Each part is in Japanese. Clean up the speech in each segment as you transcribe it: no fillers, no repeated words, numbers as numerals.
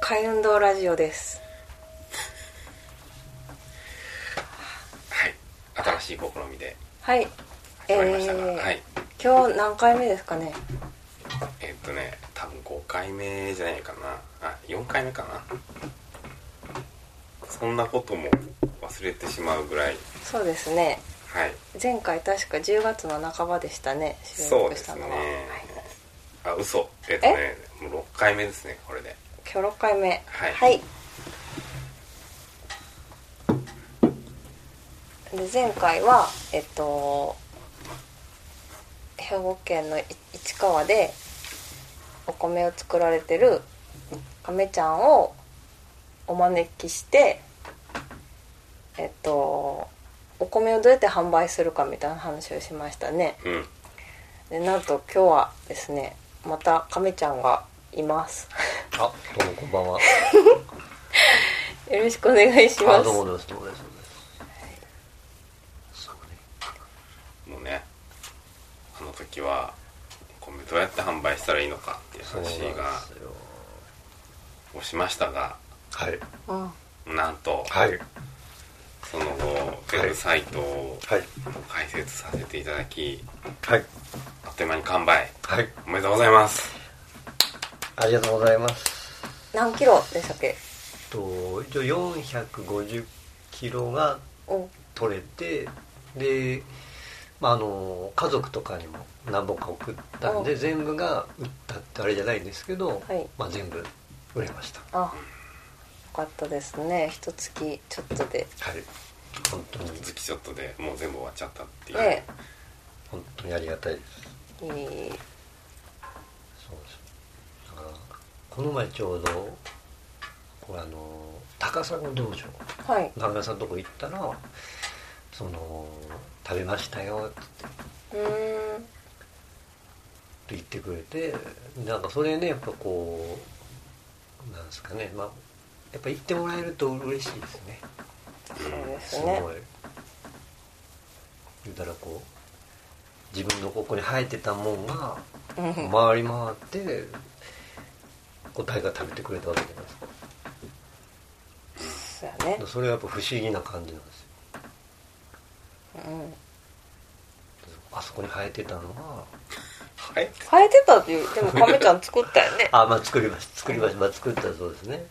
海運動ラジオです。 はい、新しい試みではい始まりましたが、はい、 今日何回目ですかね。 多分5回目じゃないかな。4回目かな。そんなことも忘れてしまうぐらい。 そうですね、 はい、 前回確か10月の半ばでしたね、収録したのは。 そうですね、はい、嘘、もう6回目ですね、これで。 今日6回目。 はい、 はい、で前回は兵庫県の市川でお米を作られてる亀ちゃんをお招きして、お米をどうやって販売するかみたいな話をしましたね。 うん、 でなんと今日はですね、また亀ちゃんがいます。 どうもこんばんは。 よろしくお願いします。 どうもです。 もうね、あの時はお米どうやって販売したらいいのかっていう話をしましたが、 はい、 なんと、 はい、 その後ウェブサイトをはい、 開設させていただき、 はい、 あっという間に完売、 はい、 おめでとうございます。 ありがとうございます。 何キロでしたっけ。 一応450キロが取れて、で、家族とかにも何本か送ったんで全部が売ったってあれじゃないんですけど、 はい、 全部売れました。 よかったですね。一月ちょっとで、 はい、本当に月ちょっとでもう全部終わっちゃったっていう、 ね、 本当にありがたいです。 そうです。 だからこの前ちょうどこれ高砂道場、 はい、 中村さんのとこ行ったら食べましたよって言ってくれて、なんかそれね、やっぱこうなんですかね、やっぱ言ってもらえると嬉しいですね。 そうですね。 すごい言うたらこう自分のここに生えてたもんが回り回って答えが食べてくれたわけじゃないですか。 そうやね。 それはやっぱ不思議な感じなんですよ。あそこに生えてたのが生えてたっていう。でも亀ちゃん作ったよね。 作りました、作ったそうですね、はい、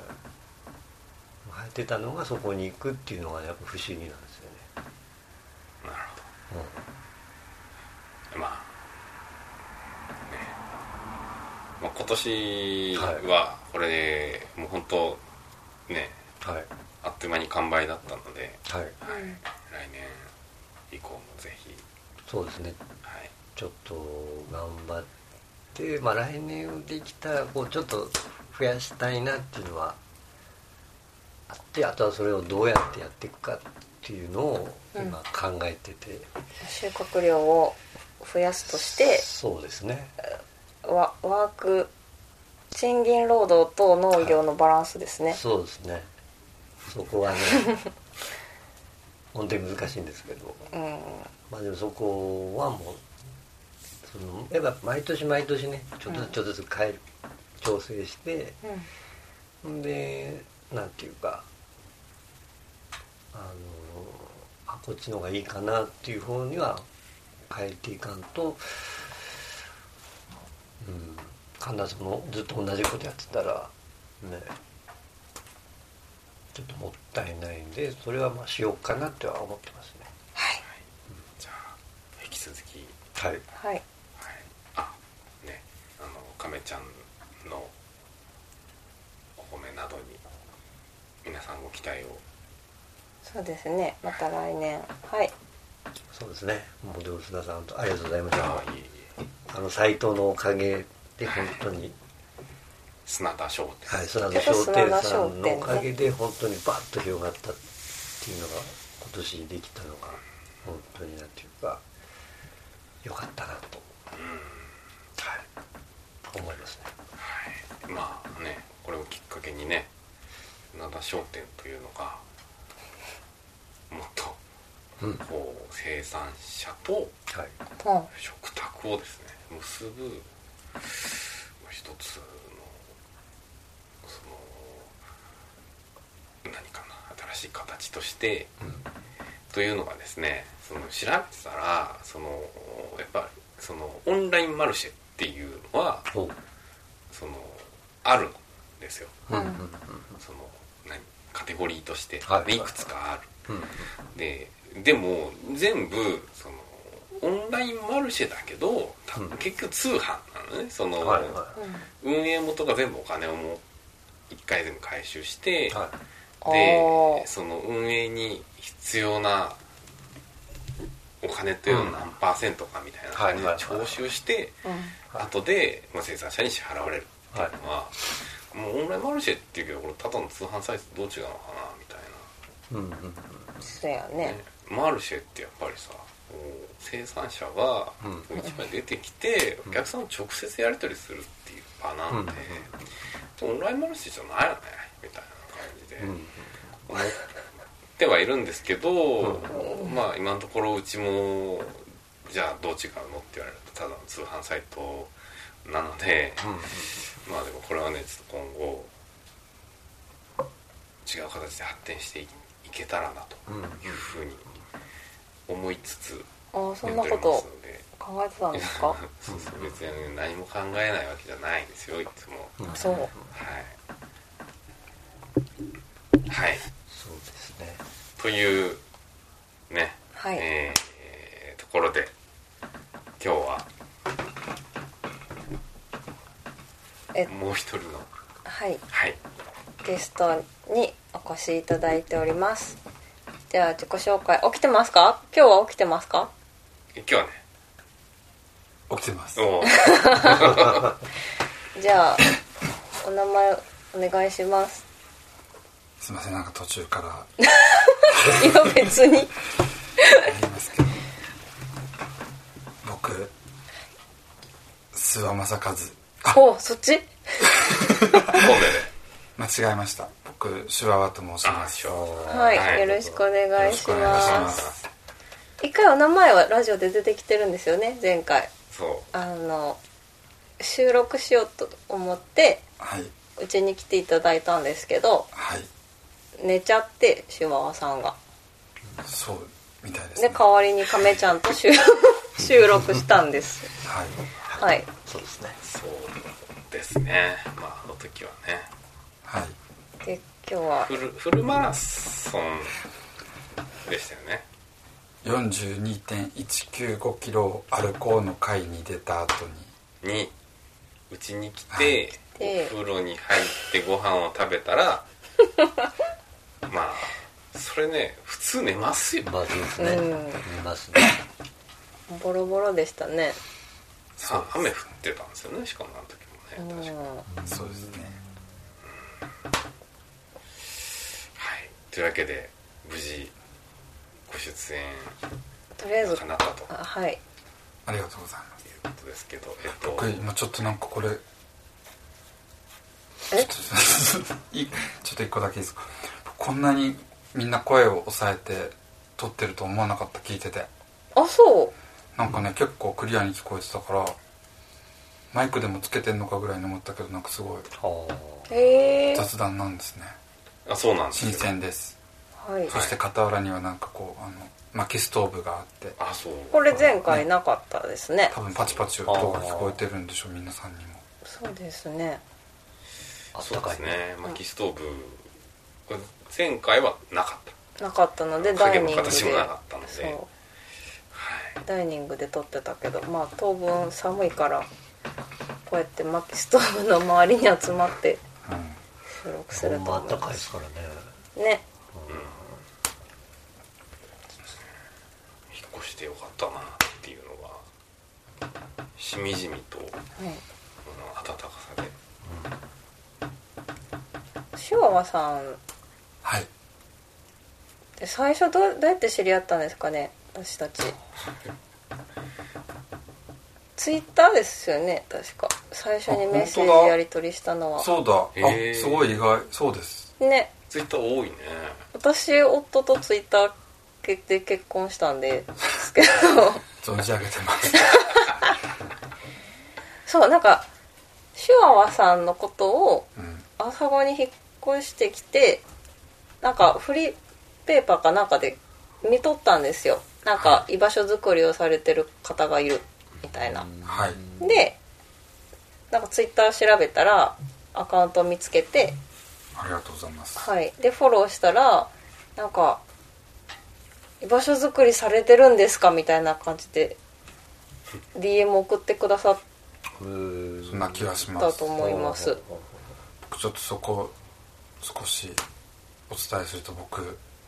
生えてたのがそこに行くっていうのがやっぱ不思議なんですよね。 なるほど、今年はこれでもう本当ね、 はい、 あっという間に完売だったので、 はい、 来年以降もぜひ。 そうですね、 はい、 ちょっと頑張って、来年できたらこうちょっと増やしたいなっていうのはあって、あとはそれをどうやってやっていくかっていうのを今考えてて、 収穫量を増やすとして、 そうですね、 ワーク賃金労働と農業のバランスですね。 そうですね、そこはね本当に難しいんですけど、でもそこはもうやっぱ毎年毎年ねちょっとずつ調整して、でなんていうかこっちの方がいいかなっていう方には変えていかんと、必ずずっと同じことやってたらねちょっともったいないんで、それはしようかなっては思ってますね。 はい、 じゃあ引き続き、 はいはい、 亀ちゃんのお米などに皆さんご期待を。 そうですね、また来年。はい、 そうですね、もう須田さんとありがとうございました。サイトのおかげで本当に、 砂田商店、 はい、砂田商店さんのおかげで本当にバッと広がったっていうのが今年できたのが本当になんていうか良かったなと、思いますね。 はい、これをきっかけにね、砂田商店というのがもっとこう生産者と食卓をですね結ぶ一つのそのしい形として、というのがですね、その調べてたらやっぱりそのオンラインマルシェっていうのはそのあるんですよ、そのカテゴリーとして、いくつかある、でも全部そのオンラインマルシェだけど結局通販なのね。その、運営元が全部お金を一回全部回収して、でその運営に必要なお金というのを何%かみたいな感じで徴収して、後で生産者に支払われるっていうのは、もうオンラインマルシェっていうけどこれただの通販サイトどう違うのかなみたいな。 そうやね。 マルシェってやっぱりさ、生産者が市場に出てきてお客さんと直接やり取りするっていう場なんで、オンラインマルシェじゃないよねみたいな感じで思ってはいるんですけど、まあ今のところうちもじゃあどう違うのって言われるとただの通販サイトなので、まあでもこれはねちょっと今後違う形で発展していけたらなというふうに思いつつ、 そんなこと考えてたんですか？ そう別に何も考えないわけじゃないんですよいつも。 そう。 はいそうですね。 というね、ところで今日はもう一人のゲストにお越しいただいております。では自己紹介。起きてますか？今日は起きてますか？ 今日はね起きてます。 じゃあお名前お願いします。 すいません、なんか途中からいや別にありますけど、僕諏訪正和。 そっち間違えました。僕シュワワと申します。 よろしくお願いします。一回お名前はラジオで出てきてるんですよね、前回。 そう収録しようと思ってうちに来ていただいたんですけど、寝ちゃってシュワワさんがそうみたいですね。 で代わりに亀ちゃんと収録したんです。 そうですね。 そうですね。まああの時はね。 で今日はフルマラソンでしたよね。 42.195 キロを歩こうの会に出た後にうちに来て、お風呂に入ってご飯を食べたらまあそれね普通寝ますよ。 まずですね。寝ますね。 ボロボロでしたね。 雨降ってたんですよね。しかもあの時もね。確かそうですね。 というわけで無事ご出演とりあえず叶ったと。 ありがとうございます。 いうことですけど、 僕今ちょっとなんかこれちょっと一個だけいいですか。こんなにみんな声を抑えて撮ってると思わなかった。聞いてて。 そうなんかね結構クリアに聞こえてたからマイクでもつけてんのかぐらいに思ったけど、なんかすごい雑談なんですね。 そうなんですよ。 新鮮です。そして傍らにはなんかこう薪ストーブがあって、 これ前回なかったですね。 多分パチパチ音が聞こえてるんでしょう、皆さんにも。 そうですね。 そうですね。薪ストーブ前回はなかったのでダイニングでダイニングで撮ってたけど、まあ当分寒いからこうやって薪ストーブの周りに集まって収録すると思います。 ほんま暖かいですからね。 引っ越してよかったなっていうのがしみじみと、温かさで。 シュワワさんで最初どうやって知り合ったんですかね。私たちツイッターですよね、確か最初にメッセージやり取りしたのは。 そうだ。すごい意外。そうですね。 ツイッター多いね。 私夫とツイッターで結婚したんですけど存じ上げてますそう、なんかシュワワさんのことを朝子に引っ越してきて、なんかペーパーかなんかで見とったんですよ。なんか居場所作りをされてる方がいるみたいな、 はい、 でなんかツイッター調べたらアカウントを見つけて、 ありがとうございます、 はい、でフォローしたらなんか居場所作りされてるんですかみたいな感じで DM 送ってくださっそんな気がしますだと思います。 僕ちょっとそこ少しお伝えすると、僕、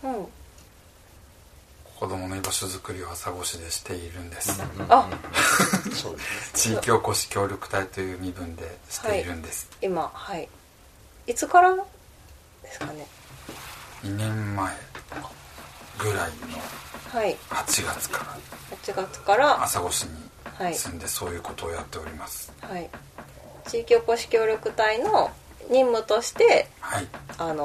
子供の居場所づくりを朝来しでしているんです、 あそうです地域おこし協力隊という身分でしているんです、 はい、今、はい、いつからですかね。 2年前ぐらいの8月から朝来しに住んでそういうことをやっております、 はい、地域おこし協力隊の任務として、はい、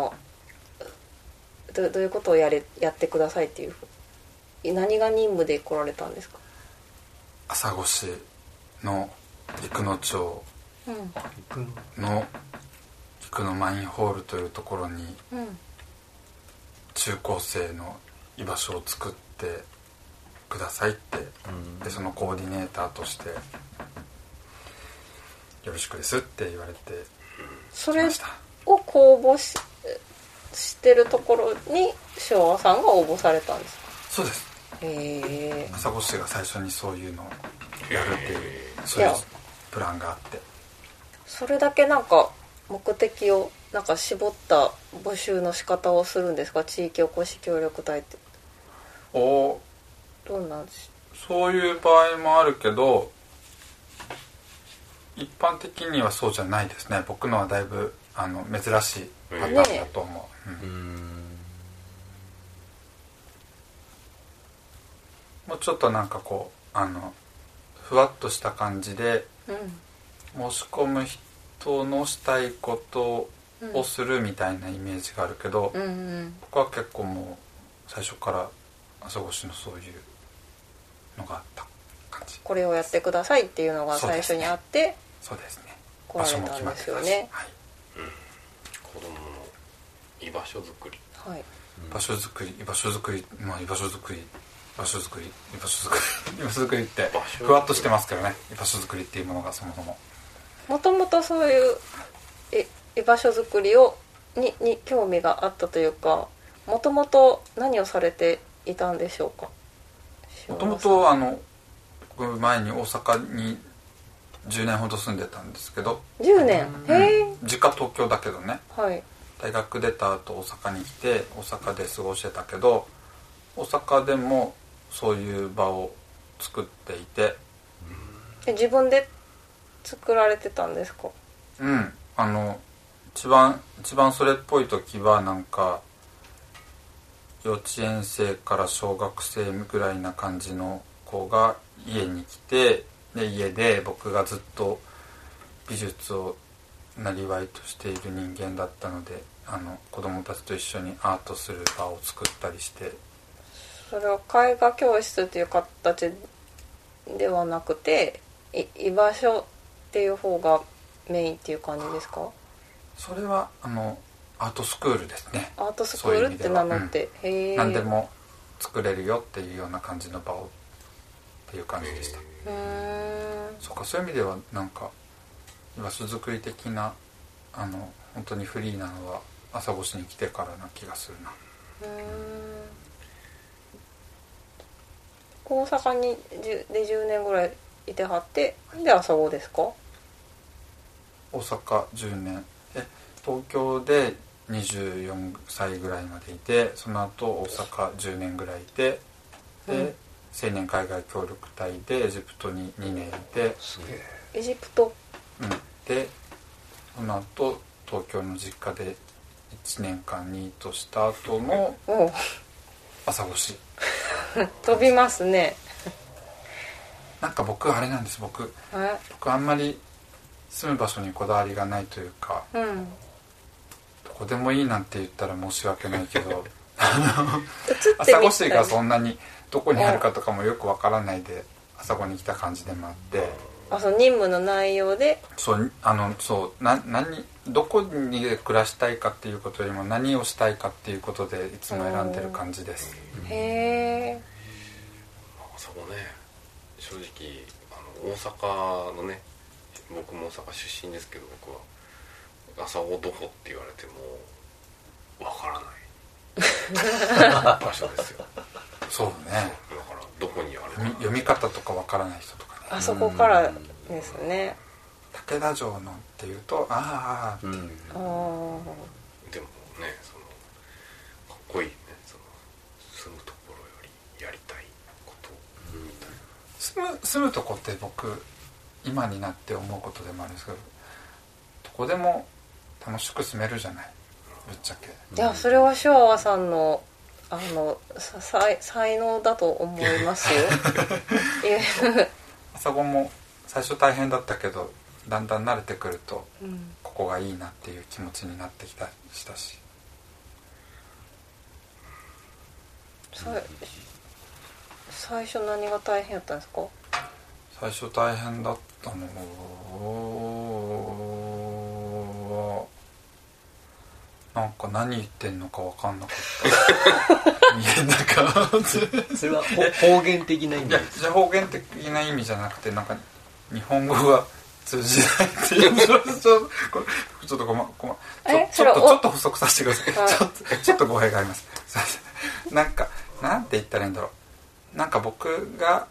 どういうことをやってくださいっていう、何が任務で来られたんですか？ 朝来しの生野町の生野マインホールというところに中高生の居場所を作ってくださいって、でそのコーディネーターとしてよろしくですって言われてそれを公募してるところに昭和さんが応募されたんですか？ そうです。朝来しが最初にそういうのをやるっていうそういうプランがあって、 それだけなんか目的をなんか絞った募集の仕方をするんですか？地域おこし協力隊って。どうなんです？ そういう場合もあるけど一般的にはそうじゃないですね。僕のはだいぶ珍しいパターンだと思う、もうちょっとなんかこうふわっとした感じで、申し込む人のしたいことをするみたいなイメージがあるけど、僕は結構もう最初から朝来しのそういうのがあった感じ。 これをやってくださいっていうのが最初にあって、 そうですね。 来られたんですよね。 はい、子供の居場所づくり、 はい、 居場所づくりってふわっとしてますけどね。居場所づくりっていうものがそもそももともとそういう居場所づくりに興味があったというか、もともと何をされていたんでしょうか？ もともと僕前に大阪に10年ほど住んでたんですけど。 10年、 実家東京だけどね、 はい、 大学出た後大阪に来て大阪で過ごしてたけど、大阪でもそういう場を作っていて。 自分で作られてたんですか？ 一番それっぽい時はなんか幼稚園生から小学生ぐらいな感じの子が家に来て、で家で僕がずっと美術をなりわいとしている人間だったので、子供たちと一緒にアートする場を作ったりして。 それは絵画教室という形ではなくて居場所っていう方がメインっていう感じですか？ それはアートスクールですね。 アートスクールって名乗って、 何でも作れるよっていうような感じの場をっていう感じでした。そういう意味ではなんか居場所づくり的な本当にフリーなのは朝来しに来てからな気がするな。 大阪にで10年ぐらいいてはって、で朝来ですか？ 大阪10年東京で24歳ぐらいまでいて、その後大阪10年ぐらいいて、で、青年海外協力隊でエジプトに2年いて。 エジプト、 でその後東京の実家で1年間ニートした後の朝来し飛びますね。 なんか僕あれなんです。僕あんまり住む場所にこだわりがないというか、どこでもいいなんて言ったら申し訳ないけど朝来しがそんなにどこにあるかとかもよくわからないで朝来に来た感じでもあって、 その任務の内容でそうどこに暮らしたいかっていうことよりも何をしたいかっていうことでいつも選んでる感じです。 へえ。 そこね、正直大阪のね、僕も大阪出身ですけど、僕は朝ごどこって言われてもわからない場所ですよ。 そうね。だからどこにあるか読み方とかわからない人とかね。 あそこからですね。 武田城のっていうとああ、 でもね、そのかっこいいね、その住むところよりやりたいことみたいな。 住むとこって僕今になって思うことでもあるんですけど、どこでも楽しく住めるじゃない、ぶっちゃけ。 いや、それはシュワワさんの才能だと思いますよ。 朝ごも最初大変だったけど、だんだん慣れてくると、ここがいいなっていう気持ちになってきたしたし。 最初何が大変やったんですか？ 最初大変だったのはなんか何言ってんのか分かんなかった見えなかったそれは方言的な意味？ いや、じゃあ方言的な意味じゃなくて、なんか日本語が通じないっていうちょっとちょっと補足させてください。ちょっと語弊があります。なんかなんて言ったらいいんだろう。なんか僕が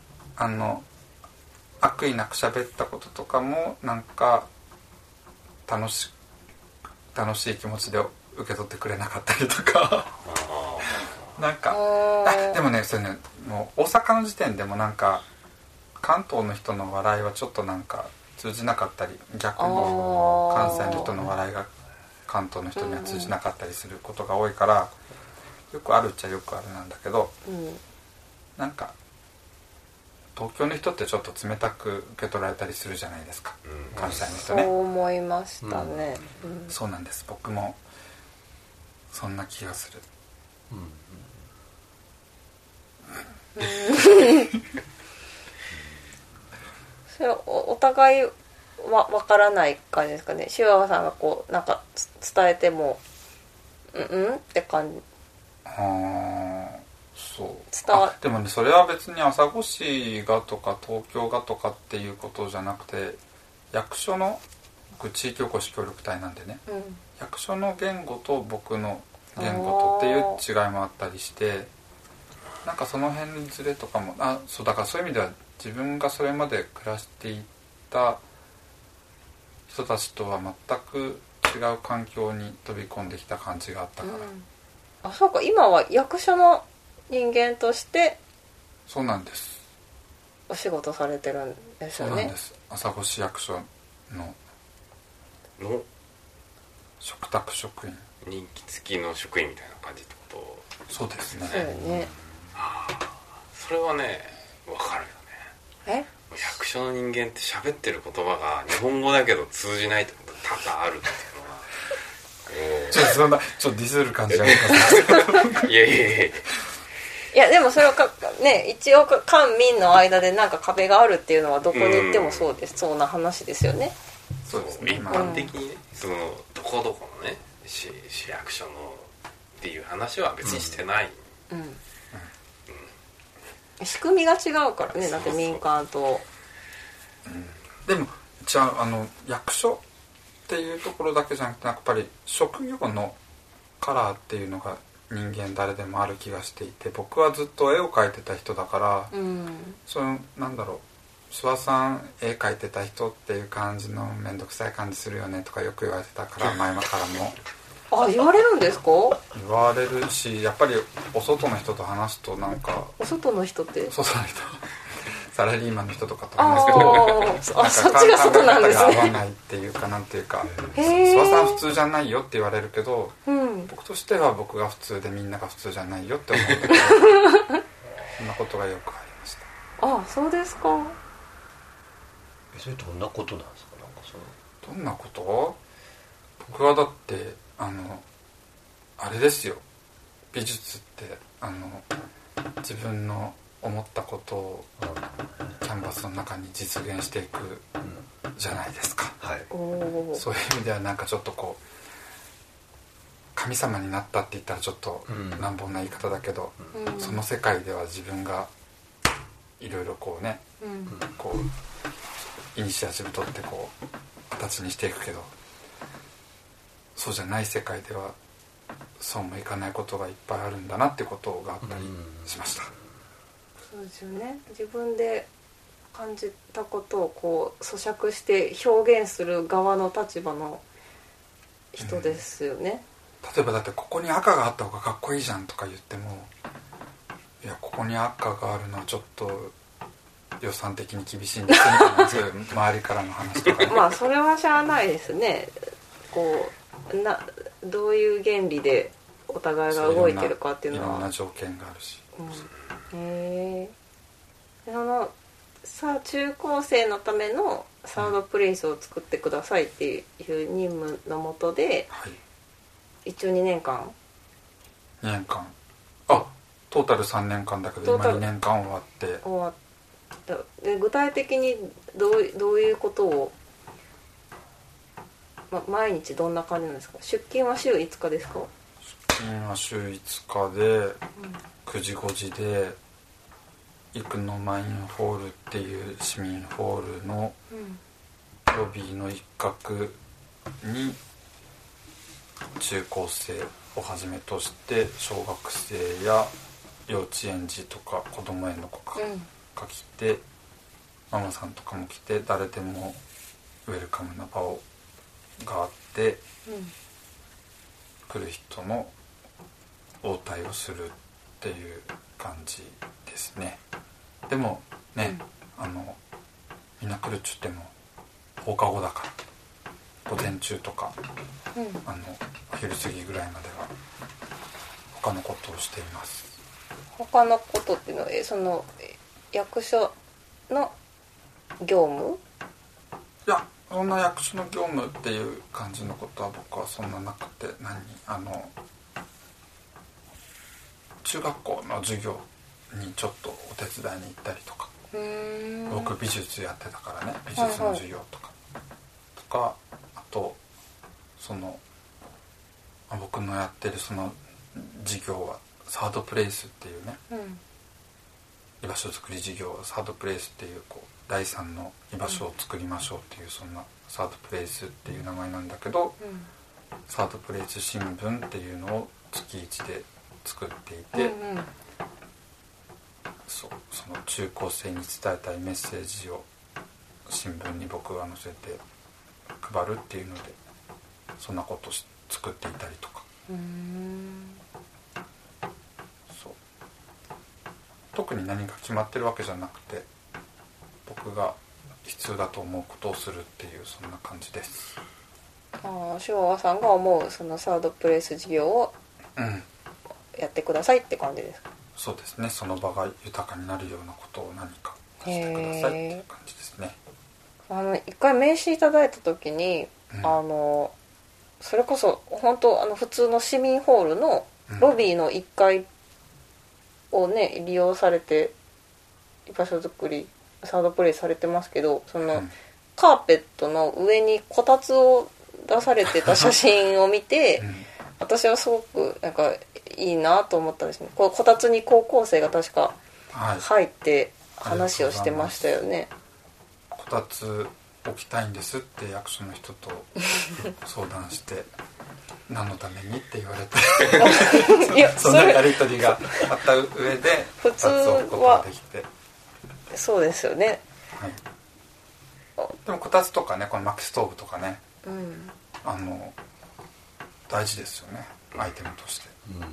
悪意なく喋ったこととかもなんか楽しい気持ちで受け取ってくれなかったりとかなんかでもね、それね、もう大阪の時点でもなんか関東の人の笑いはちょっとなんか通じなかったり、逆に関西の人の笑いが関東の人には通じなかったりすることが多いから、よくあるっちゃよくあるなんだけど、なんか東京の人ってちょっと冷たく受け取られたりするじゃないですか、関西の人ね。 そう思いましたね。 そうなんです。僕もそんな気がする。 それはお互いは分からない感じですかね。シュワワさんがこうなんか伝えてもって感じ。 そうでもね、それは別に朝来市がとか東京がとかっていうことじゃなくて、役所の地域おこし協力隊なんでね、役所の言語と僕の言語とっていう違いもあったりして、なんかその辺のズレとかもそうだから、そういう意味では自分がそれまで暮らしていた人たちとは全く違う環境に飛び込んできた感じがあったから、 そうか、今は役所の人間としてそうなんです。 お仕事されてるんですよね。 そうなんです。朝来市役所の嘱託職員、 人気付きの職員みたいな感じってこと？ そうですね。 そうよね。 それはね、分かるよね。役所の人間って喋ってる言葉が日本語だけど通じないってこと多々あるっていうのはちょっとディスる感じじゃないかな。 いやいや、でもそれはね、一応官民の間でなんか壁があるっていうのはどこに行ってもそうな話ですよね。 そうですね。 一般的にね、そのどこどこのね市役所のっていう話は別にしてない。 仕組みが違うからね、だって民間と。 でもじゃあ役所っていうところだけじゃなくて、やっぱり職業のカラーっていうのが人間誰でもある気がしていて、僕はずっと絵を描いてた人だから、そのなんだろう、諏訪さん絵描いてた人っていう感じの面倒くさい感じするよねとかよく言われてたから、前々からも。 言われるんですか？ 言われるし、やっぱりお外の人と話すとなんか、 お外の人って外の人サラリーマンの人とかと話すけど、 そっちが外なんですね。 考え方が合わないっていうか、なんていうか、諏訪さん普通じゃないよって言われるけど、僕としては僕が普通でみんなが普通じゃないよって思うんだけどそんなことがよくありました。 そうですか。 それどんなことなんですか？ どんなこと？僕はだってあれですよ、美術って自分の思ったことをキャンバスの中に実現していくじゃないですか、はい、そういう意味ではなんかちょっとこう神様になったって言ったらちょっと乱暴な言い方だけど、その世界では自分がいろいろこうね、こうイニシアチブ取ってこう形にしていくけど、そうじゃない世界ではそうもいかないことがいっぱいあるんだなってことがあったりしました。 そうですよね。自分で感じたことをこう咀嚼して表現する側の立場の人ですよね、 例えばだってここに赤があった方がかっこいいじゃんとか言っても、いやここに赤があるのはちょっと予算的に厳しいんですみたいなそういう周りからの話とか、ね、 まあそれはしゃあないですね。こうどういう原理でお互いが動いてるかっていうのは、 いろんな条件があるし、 そのさあ中高生のためのサードプレイスを作ってくださいっていう任務のもとで、はい、一応2年間トータル3年間だけど今2年間終わってで具体的にどういうことを、毎日どんな感じなんですか？出勤は週5日ですか？ 出勤は週5日で、9時5時で生野マインホールっていう市民ホールのロビーの一角に中高生をはじめとして小学生や幼稚園児とか子供園の子が来て、ママさんとかも来て、誰でもウェルカムな場があって、来る人の応対をするっていう感じですね。でもね、みんな来るっちゅっても放課後だから午前中とか、昼過ぎぐらいまでは他のことをしています。 他のことっていうのはその役所の業務？ いや、そんな役所の業務っていう感じのことは僕はそんななくて、中学校の授業にちょっとお手伝いに行ったりとか、僕美術やってたからね、美術の授業とか、あとその僕のやってるその授業はサードプレイスっていうね、居場所づくり事業、サードプレイスっていうこう第三の居場所を作りましょうっていう、そんなサードプレイスっていう名前なんだけど、サードプレイス新聞っていうのを月1で作っていて、その中高生に伝えたいメッセージを新聞に僕が載せて配るっていうので、そんなことを作っていたりとか。そう、特に何か決まってるわけじゃなくて、僕が必要だと思うことをするっていう、そんな感じです。 昭和さんが思うそのサードプレイス事業をやってくださいって感じですか？ そうですね。その場が豊かになるようなことを何かしてくださいっていう感じですね。 一回名刺いただいた時に、それこそ本当普通の市民ホールのロビーの1階をね利用されて居場所づくりサードプレイされてますけど、その、カーペットの上にこたつを出されてた写真を見て、私はすごくなんかいいなと思ったんですね。こたつに高校生が確か入って話をしてましたよね。 こたつ置きたいんですって役所の人と相談して何のためにって言われていやそんなやり取りがあった上で普通はこたつを置くことができて、 そうですよね、 でもこたつとかね、この薪ストーブとかね、大事ですよね、アイテムとして、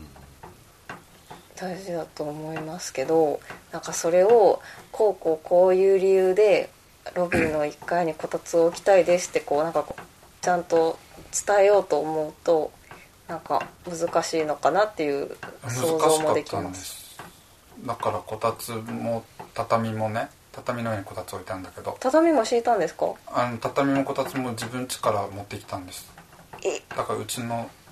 大事だと思いますけど、なんかそれをこういう理由でロビーの1階にこたつを置きたいですってなんかちゃんと伝えようと思うとなんか難しいのかなっていう想像もできます。 だからこたつも畳もね、畳の上にこたつ置いたんだけど、 畳も敷いたんですか？ 畳もこたつも自分家から持ってきたんです。だからうちの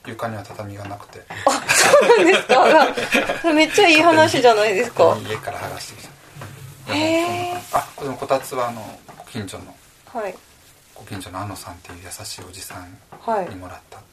床には畳がなくて。 あ、そうなんですか。めっちゃいい話じゃないですか。 家から剥がしてきた。 へー。 あ、このこたつはご近所の、 はい、 ご近所の安野さんっていう優しいおじさんにもらった、 はい、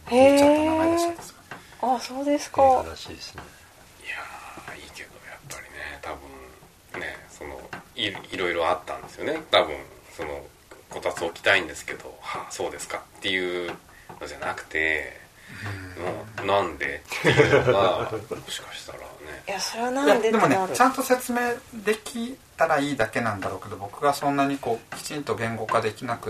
ちょっと名前出しちゃったんですか。 あ、そうですか。 らしいですね。 いやいいけどやっぱりね、多分ね、いろいろあったんですよね。多分こたつ置きたいんですけど、はあ、そうですかっていうのじゃなくて、もうなんでっていうのがもしかしたらね。 いや、それはなんでってなる。 でもね、ちゃんと説明できたらいいだけなんだろうけど、僕がそんなにこうきちんと言語化できなくって。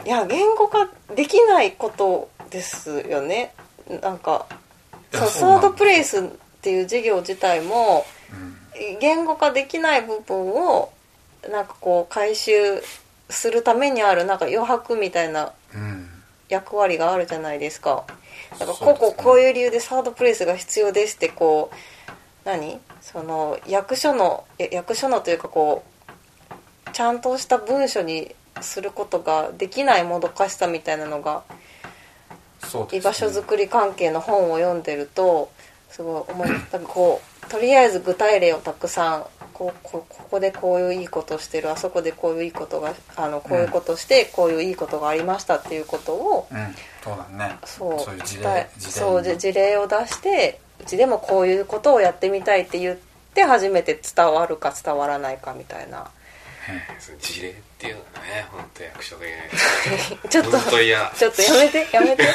いや、言語化できないことですよね。なんかソードプレイスっていう事業自体も、言語化できない部分をなんかこう回収するためにあるなんか余白みたいな役割があるじゃないですか。だからこういう理由でサードプレイスが必要ですってこう役所のというかこうちゃんとした文書にすることができないもどかしさみたいなのが、居場所づくり関係の本を読んでるとすごい思います。こうとりあえず具体例をたくさんここでこういういいことをしてる、あそこでこういういいことがこういうことしてこういういいことがありましたっていうことを、 そうだね、 そういう事例を出して、うちでもこういうことをやってみたいって言って初めて伝わるか伝わらないかみたいな。 事例っていうのがね、本当役所でちょっとやめて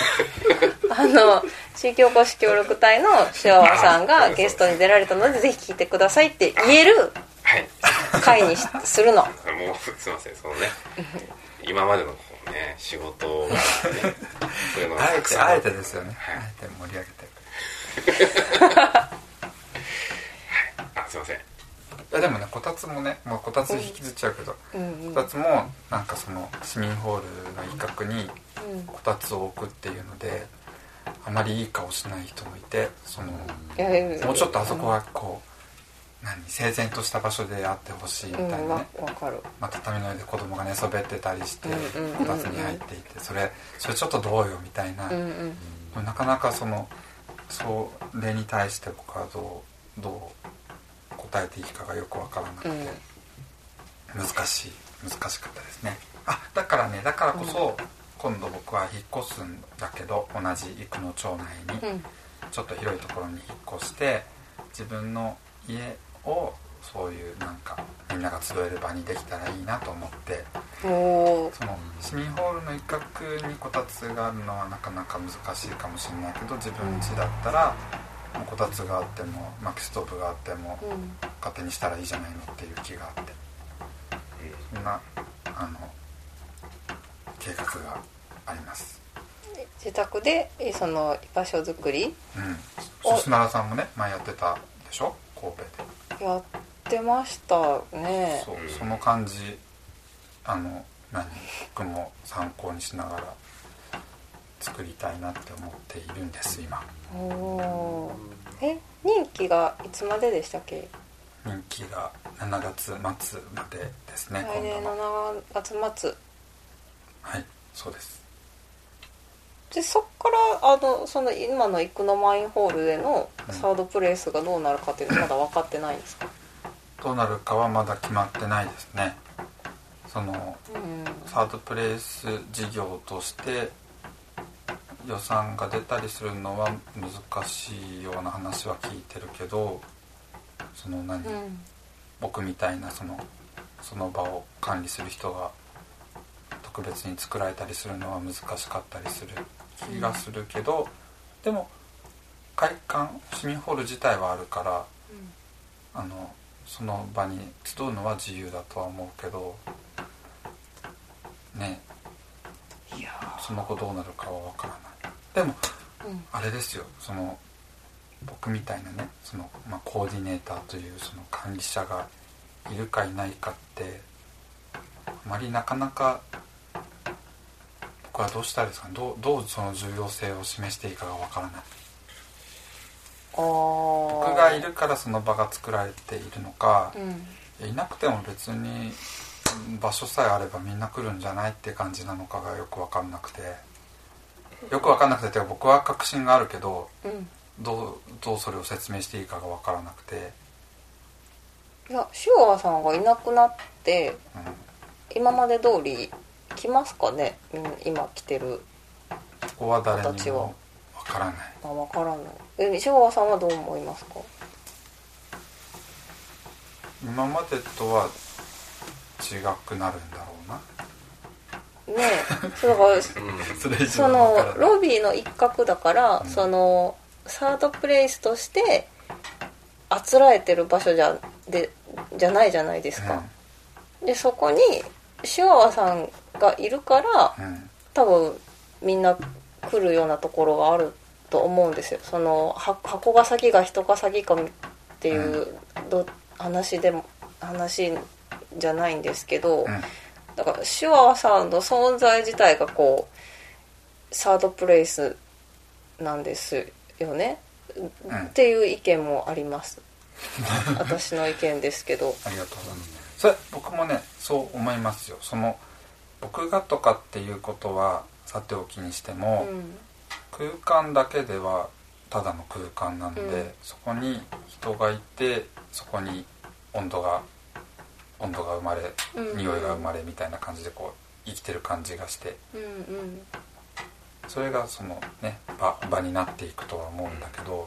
地域おこし協力隊の塩和さんがゲストに出られたのでぜひ聞いてくださいって言える会にするの。 もうすいません、今までのこうね仕事がねそういうのがたくさんあえてですよね、あえて盛り上げてはい、あ、すいません。 いやでもね、こたつもね、もうこたつ引きずっちゃうけど、こたつもなんか市民ホールの一角にこたつを置くっていうので、あまりいい顔しない人もいて、もうちょっとあそこはこう整然とした場所であってほしいみたいなね、畳の上で子供が寝そべってたりしてこたつに入っていて、それちょっとどうよみたいな、なかなかそれに対して僕はどう答えていいかがよくわからなくて、難しかったですね。だからこそ、今度僕は引っ越すんだけど、同じ生野町内に、ちょっと広いところに引っ越して自分の家をそういうなんかみんなが集える場にできたらいいなと思って、市民ホールの一角にこたつがあるのはなかなか難しいかもしれないけど、自分家だったらこたつがあっても薪ストーブがあっても勝手にしたらいいじゃないのっていう気があって、そんな計画があります。 自宅で居場所づくり、 砂田さんもね前やってたでしょ、神戸で。やってましたね。 その感じ僕も参考にしながら作りたいなって思っているんです今。 任期がいつまででしたっけ？ 任期が7月末までですね。 来年7月末。 はい、そうです。 でそっから今の生野マインホールでのサードプレイスがどうなるかっていうのはまだ分かってないんですか？ どうなるかはまだ決まってないですね。サードプレイス事業として予算が出たりするのは難しいような話は聞いてるけど、僕みたいなその場を管理する人が特別に作られたりするのは難しかったりする気がするけど、でも市民ホール自体はあるから、その場に集うのは自由だとは思うけどね、その後どうなるかは分からない。でも、あれですよ、僕みたいなねコーディネーターという管理者がいるかいないかってあまりなかなか僕はどうしたらいいですかね。どうその重要性を示していいかが分からない。僕がいるからその場が作られているのか、いなくても別に場所さえあればみんな来るんじゃないって感じなのかがよく分かんなくて、 よく分かんなくて、僕は確信があるけど、 うん、 どうそれを説明していいかが分からなくて。 いやシュワさんがいなくなって、うん、今まで通り来ますかね、今来てるここは誰にも分からない。 分からない。シュワさんはどう思いますか？ 今までとは違くなるんだろうな。 ねえ、だからそのロビーの一角だから、うん、そのサードプレイスとしてあつらえてる場所じゃないじゃないですか、うん、でそこにシュワワさんがいるから、うん、多分みんな来るようなところがあると思うんですよ。その箱が先か人が先かっていう、話じゃないんですけど、だからシュワワさんの存在自体がこうサードプレイスなんですよね、っていう意見もあります私の意見ですけど。 ありがとうございます。それ僕もねそう思いますよ。その僕がとかっていうことはさておきにしても、空間だけではただの空間なので、そこに人がいてそこに温度が生まれ、匂いが生まれみたいな感じでこう生きてる感じがして、それがそのね場になっていくとは思うんだけど、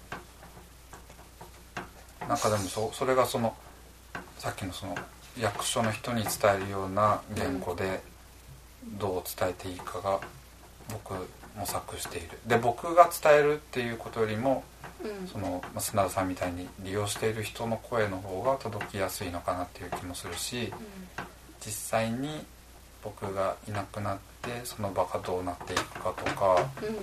なんかでもそれがそのさっきのその役所の人に伝えるような言語でどう伝えていいかが僕模索している。で僕が伝えるっていうことよりも、その砂田さんみたいに利用している人の声の方が届きやすいのかなっていう気もするし、実際に僕がいなくなってその場がどうなっていくかとか、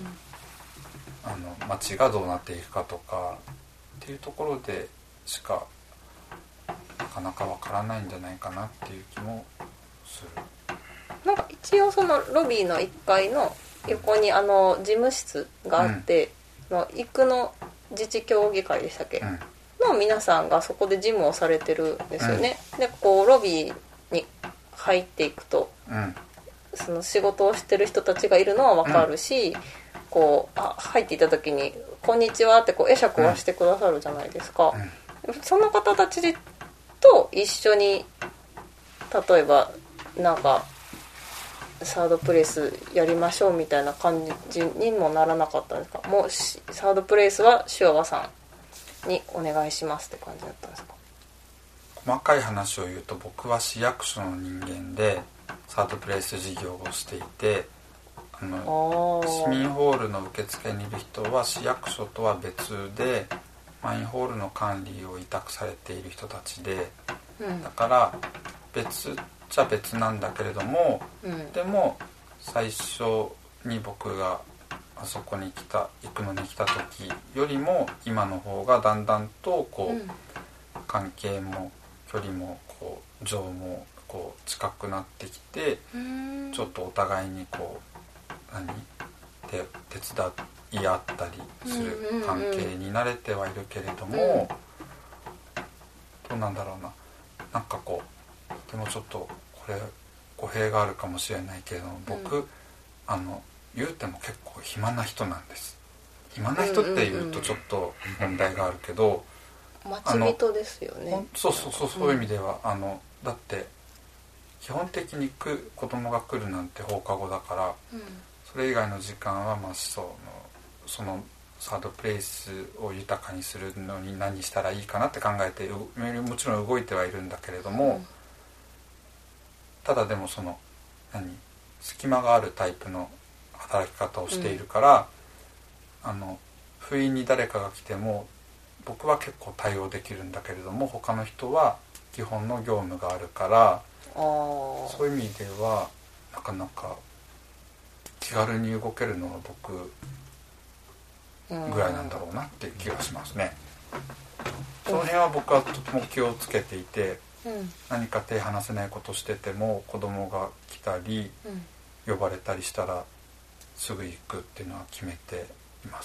街がどうなっていくかとかっていうところでしかなかなかわからないんじゃないかなっていう気もする。 なんか一応そのロビーの1階の横に事務室があって、生野自治協議会でしたっけ、の皆さんがそこで事務をされてるんですよね、でこうロビーに入っていくと、その仕事をしてる人たちがいるのは分かるし、こう入っていた時に「こんにちは」ってこう会釈はしてくださるじゃないですか、その方たちと一緒に例えばなんかサードプレイスやりましょうみたいな感じにもならなかったんですか？もうサードプレイスはシュワワさんにお願いしますって感じだったんですか？ 細かい話を言うと、僕は市役所の人間でサードプレイス事業をしていて、市民ホールの受付にいる人は市役所とは別でマインホールの管理を委託されている人たちで、だから別じゃ別なんだけれども、でも最初に僕があそこに行くのに来た時よりも今の方がだんだんとこう、関係も距離もこう情もこう近くなってきて、ちょっとお互いにこう手伝い合ったりする関係に慣れてはいるけれども、どうなんだろうな、なんかこうでもちょっとこれ語弊があるかもしれないけれども、僕、言うても結構暇な人なんです。暇な人って言うとちょっと問題があるけど、 待ち人ですよね。 そういう意味では、だって基本的に子供が来るなんて放課後だから、それ以外の時間はそのサードプレイスを豊かにするのに何したらいいかなって考えてもちろん動いてはいるんだけれども、ただでもその隙間があるタイプの働き方をしているから、不意に誰かが来ても僕は結構対応できるんだけれども、他の人は基本の業務があるから、そういう意味ではなかなか気軽に動けるのは僕ぐらいなんだろうなっていう気がしますね。その辺は僕はとても気をつけていて、何か手離せないことしてても子供が来たり、呼ばれたりしたらすぐ行くっていうのは決めています。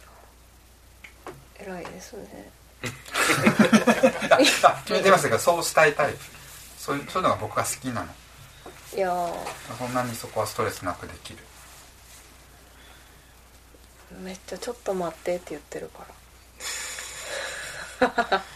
偉いですね。 決めてましたが、そうしたいタイプ、そういうのが僕が好きなの。 いやそんなにそこはストレスなくできる。 めっちゃちょっと待ってって言ってるからなるほど。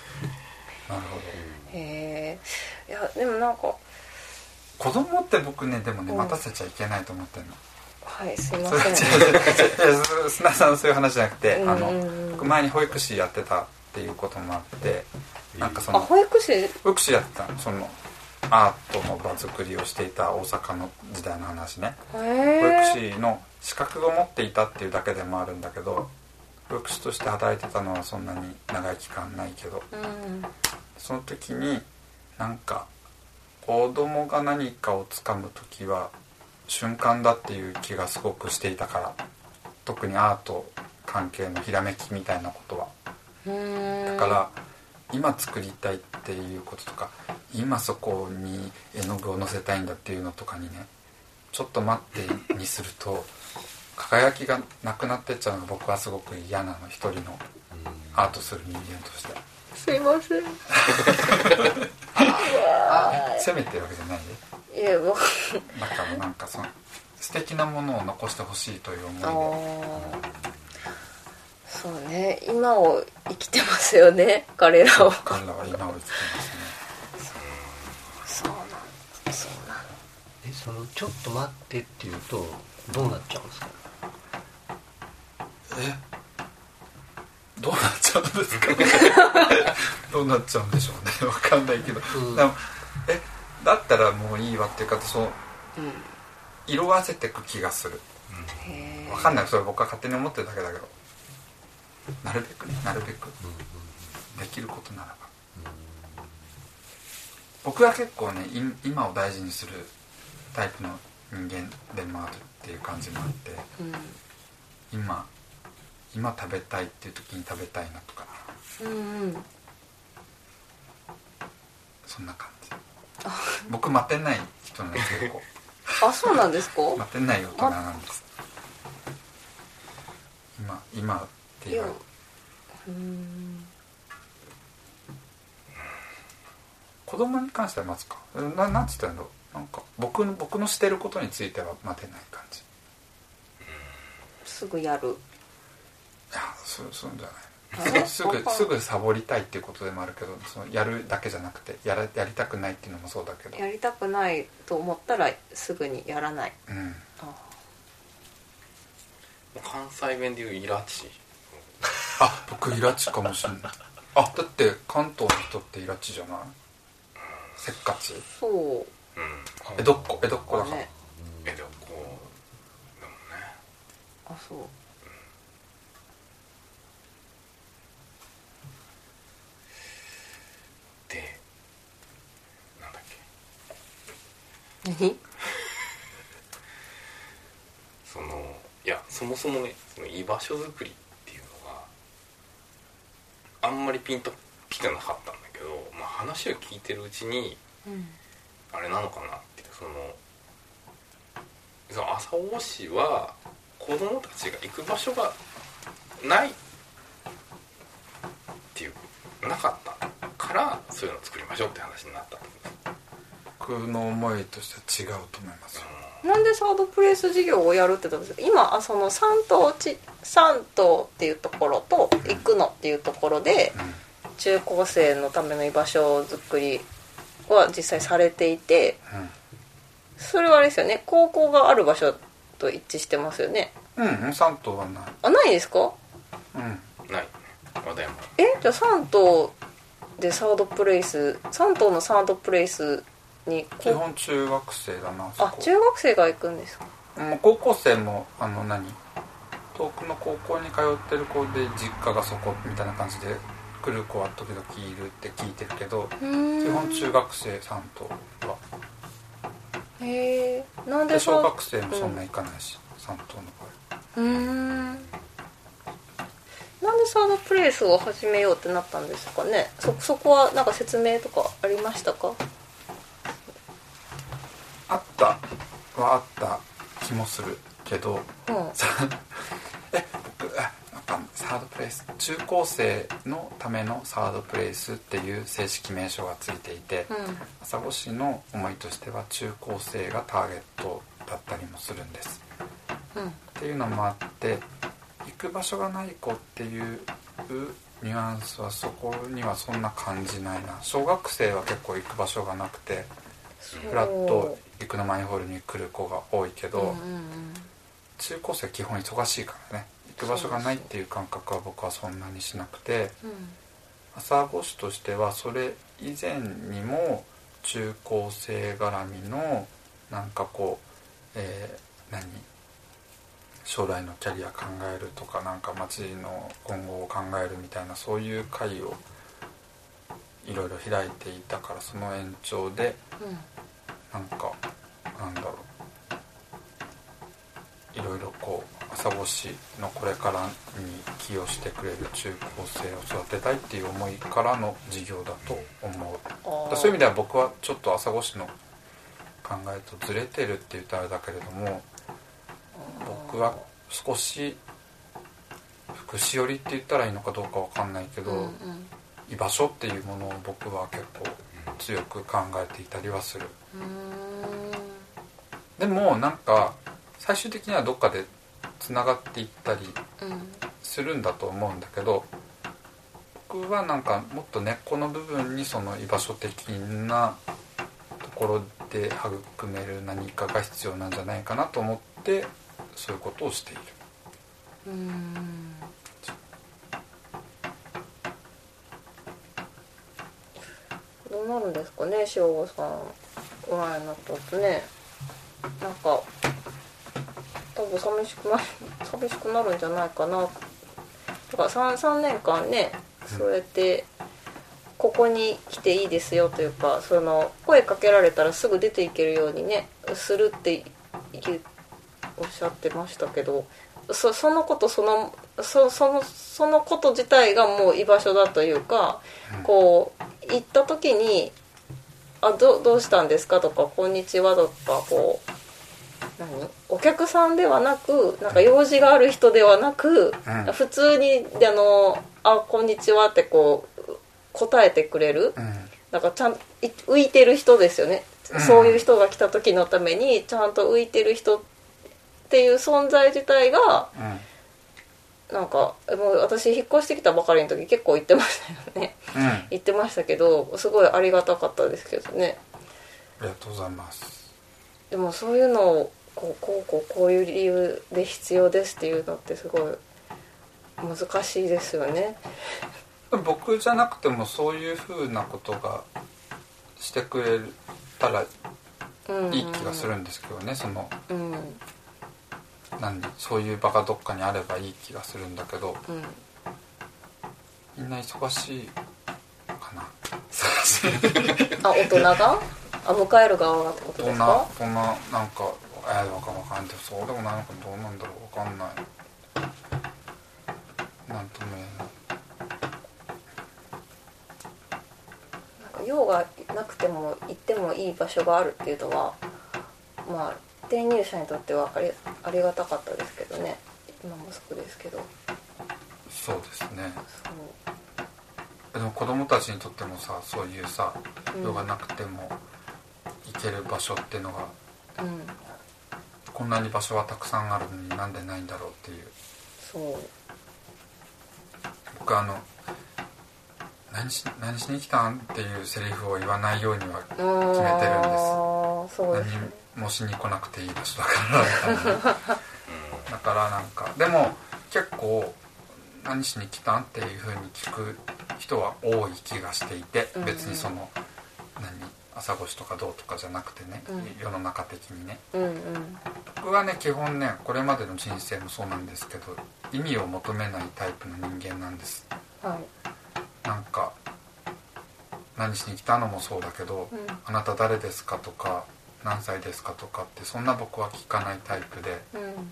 へえ。いやでもなんか子供って僕ね、でもね、待たせちゃいけないと思ってるの。 はい、すいません。 砂さんのそういう話じゃなくて、僕前に保育士やってたっていうこともあって、なんかその保育士やってた、そのアートの場作りをしていた大阪の時代の話ね。保育士の資格を持っていたっていうだけでもあるんだけど、保育士として働いてたのはそんなに長い期間ないけど、その時になんか子供が何かをつかむ時は瞬間だっていう気がすごくしていたから、特にアート関係のひらめきみたいなことは。だから今作りたいっていうこととか、今そこに絵の具をのせたいんだっていうのとかにね、ちょっと待ってにすると輝きがなくなってっちゃうのが僕はすごく嫌なの、一人のアートする人間として。 すいません。 責めてるわけじゃないで。 いや僕だからなんかその素敵なものを残してほしいという思いで。 そうね、今を生きてますよね、彼らは。 彼らは今を生きてますね。 そうなんそのちょっと待ってっていうとどうなっちゃうんですか？ どうなっちゃうんですかね。どうなっちゃうんでしょうね。わかんないけど、でもだったらもういいわっていうか、そう、色あせていく気がする。わかんない、それ僕は勝手に思ってるだけだけど、なるべくできることならば。僕は結構ね、今を大事にするタイプの人間でもあるっていう感じもあって、今食べたいっていう時に食べたいなとか、そんな感じ。僕待てない人なんですよ。 あ、そうなんですか？ 待てない大人なんです。今っていうか、子供に関しては待つか。なんつったんだろう。なんか僕のしてることについては待てない感じ。 すぐやる。 いや、そうじゃない。すぐサボりたいっていうことでもあるけど、そのやるだけじゃなくてやりたくないっていうのもそうだけど、 やりたくないと思ったらすぐにやらない。 関西弁でいうイラチ。 僕イラチかもしれない。だって関東の人ってイラチじゃない？せっかち。 そう。 江戸っ子だから。江戸っ子でもね。 そう。 で、なんだっけ。何？いや、そもそもね、その居場所づくりっていうのがあんまりピンときてなかったんだけど、話を聞いてるうちに、あれなのかなって、その朝来市は子供たちが行く場所がないっていうなかったからそういうのを作りましょうって話になったんです。 僕の思いとしては違うと思いますよ。 なんでサードプレイス事業をやるって言ったんですか？今その3棟っていうところと行くのっていうところで、中高生のための居場所づくりは実際されていて、それはあれですよね、高校がある場所と一致してますよね。 3棟はない。 ないですか？ ない和田山。 じゃあ3棟でサードプレイス、3棟のサードプレイスに基本中学生だな。 中学生が行くんですか？ 高校生も遠くの高校に通ってる子で実家がそこみたいな感じで来る子は時々いるって聞いてるけど、基本中学生3棟は。 なんで小学生もそんな行かないし、3棟の場合。 なんでサードプレイスを始めようってなったんですかね。そこはなんか説明とかありましたか？ あった気もするけど、僕サードプレイス、中高生のためのサードプレイスっていう正式名称がついていて、朝来市の思いとしては中高生がターゲットだったりもするんです、っていうのもあって、 行く場所がない子っていうニュアンスはそこにはそんな感じないな。小学生は結構行く場所がなくてフラッと行くのマイホールに来る子が多いけど、中高生基本忙しいからね、行く場所がないっていう感覚は僕はそんなにしなくて、朝来市としてはそれ以前にも中高生絡みのなんかこう、将来のキャリア考えるとか、なんか町の今後を考えるみたいな、そういう会をいろいろ開いていたから、その延長で、なんかなんだろう、いろいろこう朝来市のこれからに寄与してくれる中高生を育てたいっていう思いからの事業だと思う。そういう意味では僕はちょっと朝来市の考えとずれてるって言ったらあれだけれども、僕は少し福祉寄りって言ったらいいのかどうかわかんないけど、居場所っていうものを僕は結構強く考えていたりはする。でもなんか最終的にはどっかでつながっていったりするんだと思うんだけど、僕はなんかもっと根っこの部分にその居場所的なところで育める何かが必要なんじゃないかなと思ってそういうことをしている。 どうなるんですかね、塩吾さんおらいになったとね。なんか多分寂しくなるんじゃないかな。だから 3年間ね、そうやってここに来ていいですよというか、その声かけられたらすぐ出ていけるようにねするっておっしゃってましたけど、そのことそのこと自体がもう居場所だというか、こう行った時にどうしたんですかとかこんにちはとか、こうお客さんではなく、なんか用事がある人ではなく、普通にこんにちはってこう答えてくれる、なんかちゃん浮いてる人ですよね、そういう人が来た時のためにちゃんと浮いてる人っていう存在自体が、なんかもう私引っ越してきたばかりの時結構言ってましたよね、言ってましたけど、すごいありがたかったですけどね。 ありがとうございます。 でもそういうのをこういう理由で必要ですっていうのってすごい難しいですよね。 僕じゃなくてもそういう風なことがしてくれたらいい気がするんですけどね、そういう場がどっかにあればいい気がするんだけど、みんな忙しいかな。忙しい大人が迎える側がってことですか？ 大人なんかわかんない、そうでもないのか、どうなんだろう、わかんない、なんとも言えない。 なんか用がなくても行ってもいい場所があるっていうのは、まあ転入者にとってはありがたかったですけどね。今もそうですけど。 そうですね。でも子供たちにとってもさ、そういうさ、用がなくても行ける場所っていうのが、こんなに場所はたくさんあるのになんでないんだろうっていう。 そう。 僕何しに来たんっていうセリフを言わないようには決めてるんです。 そうですね。 何もしに来なくていい場所だからみたいな。だからなんかでも結構何しに来たんっていう風に聞く人は多い気がしていて、別にその朝越しとかどうとかじゃなくてね、世の中的にね、僕はね基本ね、これまでの人生もそうなんですけど、意味を求めないタイプの人間なんです、なんか何しに来たのもそうだけど、あなた誰ですかとか何歳ですかとかってそんな僕は聞かないタイプで、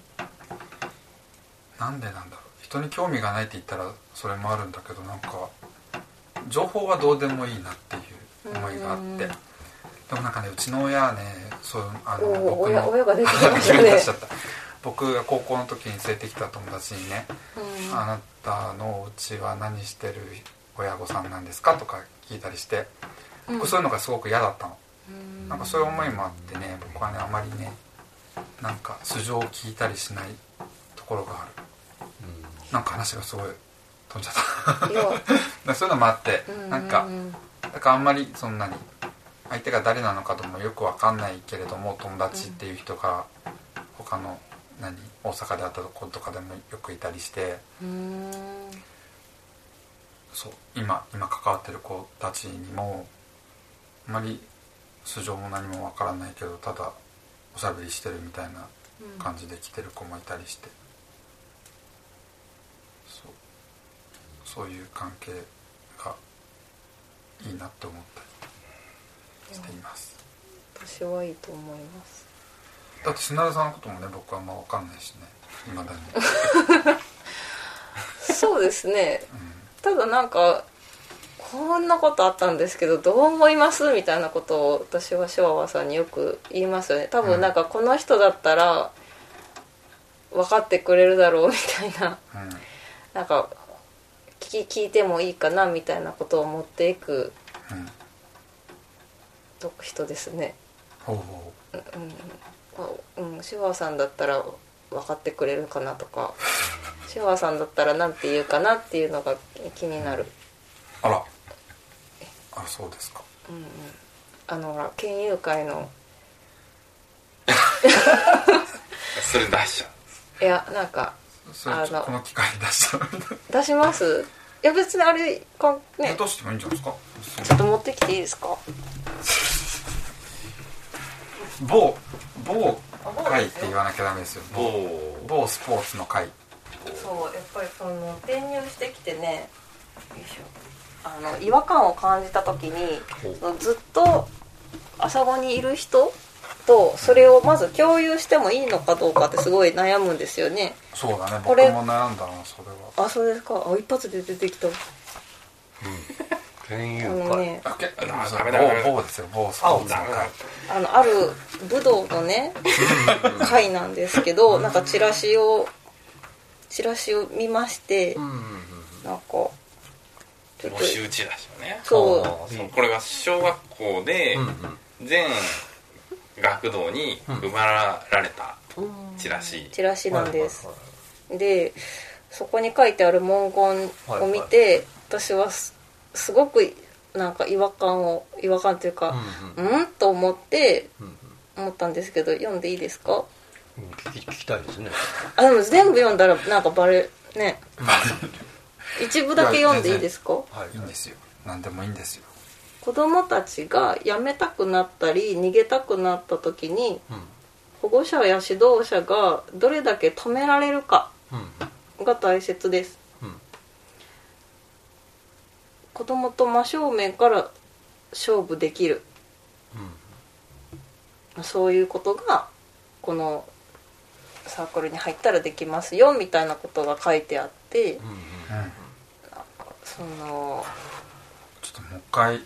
なんでなんだろう、人に興味がないって言ったらそれもあるんだけど、なんか情報はどうでもいいなっていう思いがあって、でもなんかね、うちの親はね、そう僕の親が出てきましたね僕が高校の時に連れてきた友達にね、あなたのお家は何してる親御さんなんですかとか聞いたりして、僕そういうのがすごく嫌だったの。なんかそういう思いもあってね、僕はねあまりね、なんか素性を聞いたりしないところがある。 なんか話がすごい飛んじゃったそういうのもあって、なんかだからあんまりそんなに相手が誰なのかともよく分かんないけれども、友達っていう人が他の大阪で会った子とかでもよくいたりして、そう今関わってる子たちにもあまり素性も何も分からないけど、ただおしゃべりしてるみたいな感じで来てる子もいたりして、そういう関係がいいなって思ったりしています。 私はいいと思います。 だって砂田さんのこともね、僕はあんま分かんないしね、未だにそうですね、ただなんかこんなことあったんですけどどう思いますみたいなことを私はシュワワさんによく言いますよね。多分なんかこの人だったら分かってくれるだろうみたいな、なんか聞いてもいいかなみたいなことを持っていく人ですね。シュワさんだったら分かってくれるかなとかシュワさんだったらなんて言うかなっていうのが気になる。 あらそうですか。 ほら県友会のそれ出しちゃう。いやなんかそれこの機会に出しちゃう出します。いや別にあれね、 出してもいいんじゃないですか。 ちょっと持ってきていいですか。 某会って言わなきゃダメですよ。某スポーツの会。 そうやっぱり転入してきてね、よいしょ、違和感を感じた時にずっと朝子にいる人とそれをまず共有してもいいのかどうかってすごい悩むんですよね。 そうだね、僕も悩んだなそれは。 そうですか。一発で出てきた。 県友会、 某ですよ、某スポーツの会。 ある武道のね会なんですけど、なんかチラシを見まして、なんか募集チラシをね。 そうこれが小学校で全学童に配られたチラシなんです。でそこに書いてある文言を見て、私はすごくなんか違和感というかと思ったんですけど、読んでいいですか。 聞きたいですね。 でも全部読んだらなんかバレね一部だけ読んでいいですか。 いいんですよ、何でもいいんですよ。 子供たちが辞めたくなったり逃げたくなった時に、保護者や指導者がどれだけ止められるかが大切です。子供と真正面から勝負できる、そういうことがこのサークルに入ったらできますよみたいなことが書いてあって、 ちょっともう一回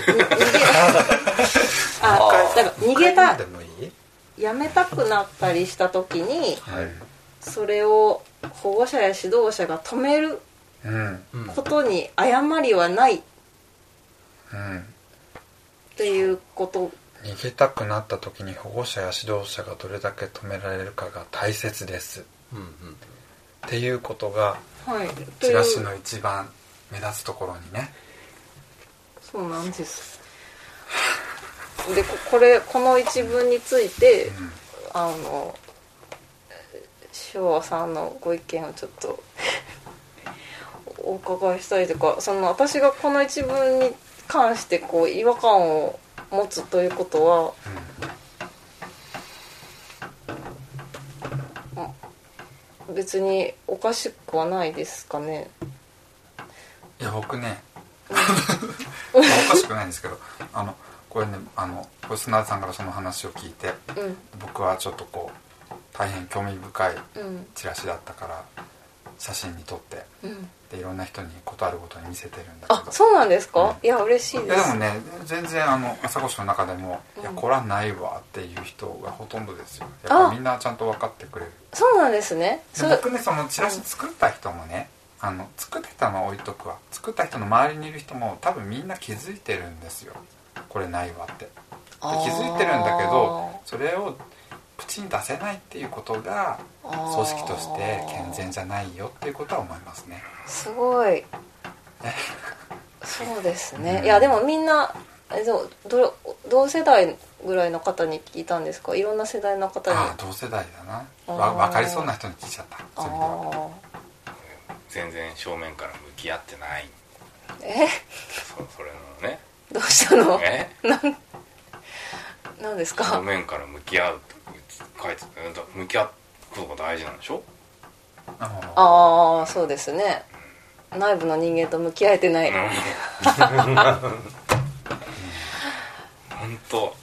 逃げたやめたくなったりした時に、それを保護者や指導者が止めることに誤りはないっていうこと。 逃げたくなった時に保護者や指導者がどれだけ止められるかが大切です、っていうことが、チラシの一番目立つところにね。 そうなんです。でこの一文について、昭和さんのご意見をちょっとお伺いしたいというか、私がこの一文に関して違和感を持つということは、別におかしくはないですかね。 いや僕ねおかしくないんですけど、これね砂田さんからその話を聞いて、僕はちょっと大変興味深いチラシだったから写真に撮って、でいろんな人にことあるごとに見せてるんだけど。 そうなんですか。いや嬉しいです。 でもね、全然朝来市の中でも、いやこれはないわっていう人がほとんどですよ。やっぱみんなちゃんと分かってくれる。 そうなんですね。 で僕ね、そのチラシ作った人もね、作ってたのは置いとくわ。作った人の周りにいる人も多分みんな気づいてるんですよ、これないわって。で気づいてるんだけど、それを口に出せないっていうことが組織として健全じゃないよっていうことは思いますね。 すごいそうですね、いやでもみんな同世代ぐらいの方に聞いたんですか？いろんな世代の方に。 同世代だな。分かりそうな人に聞いちゃった。 全然正面から向き合ってない。それのね。 どうしたの？なんですか？ 正面から向き合うって書いて向き合うことが大事なんでしょ？ ああ、そうですね。内部の人間と向き合えてない。 本当。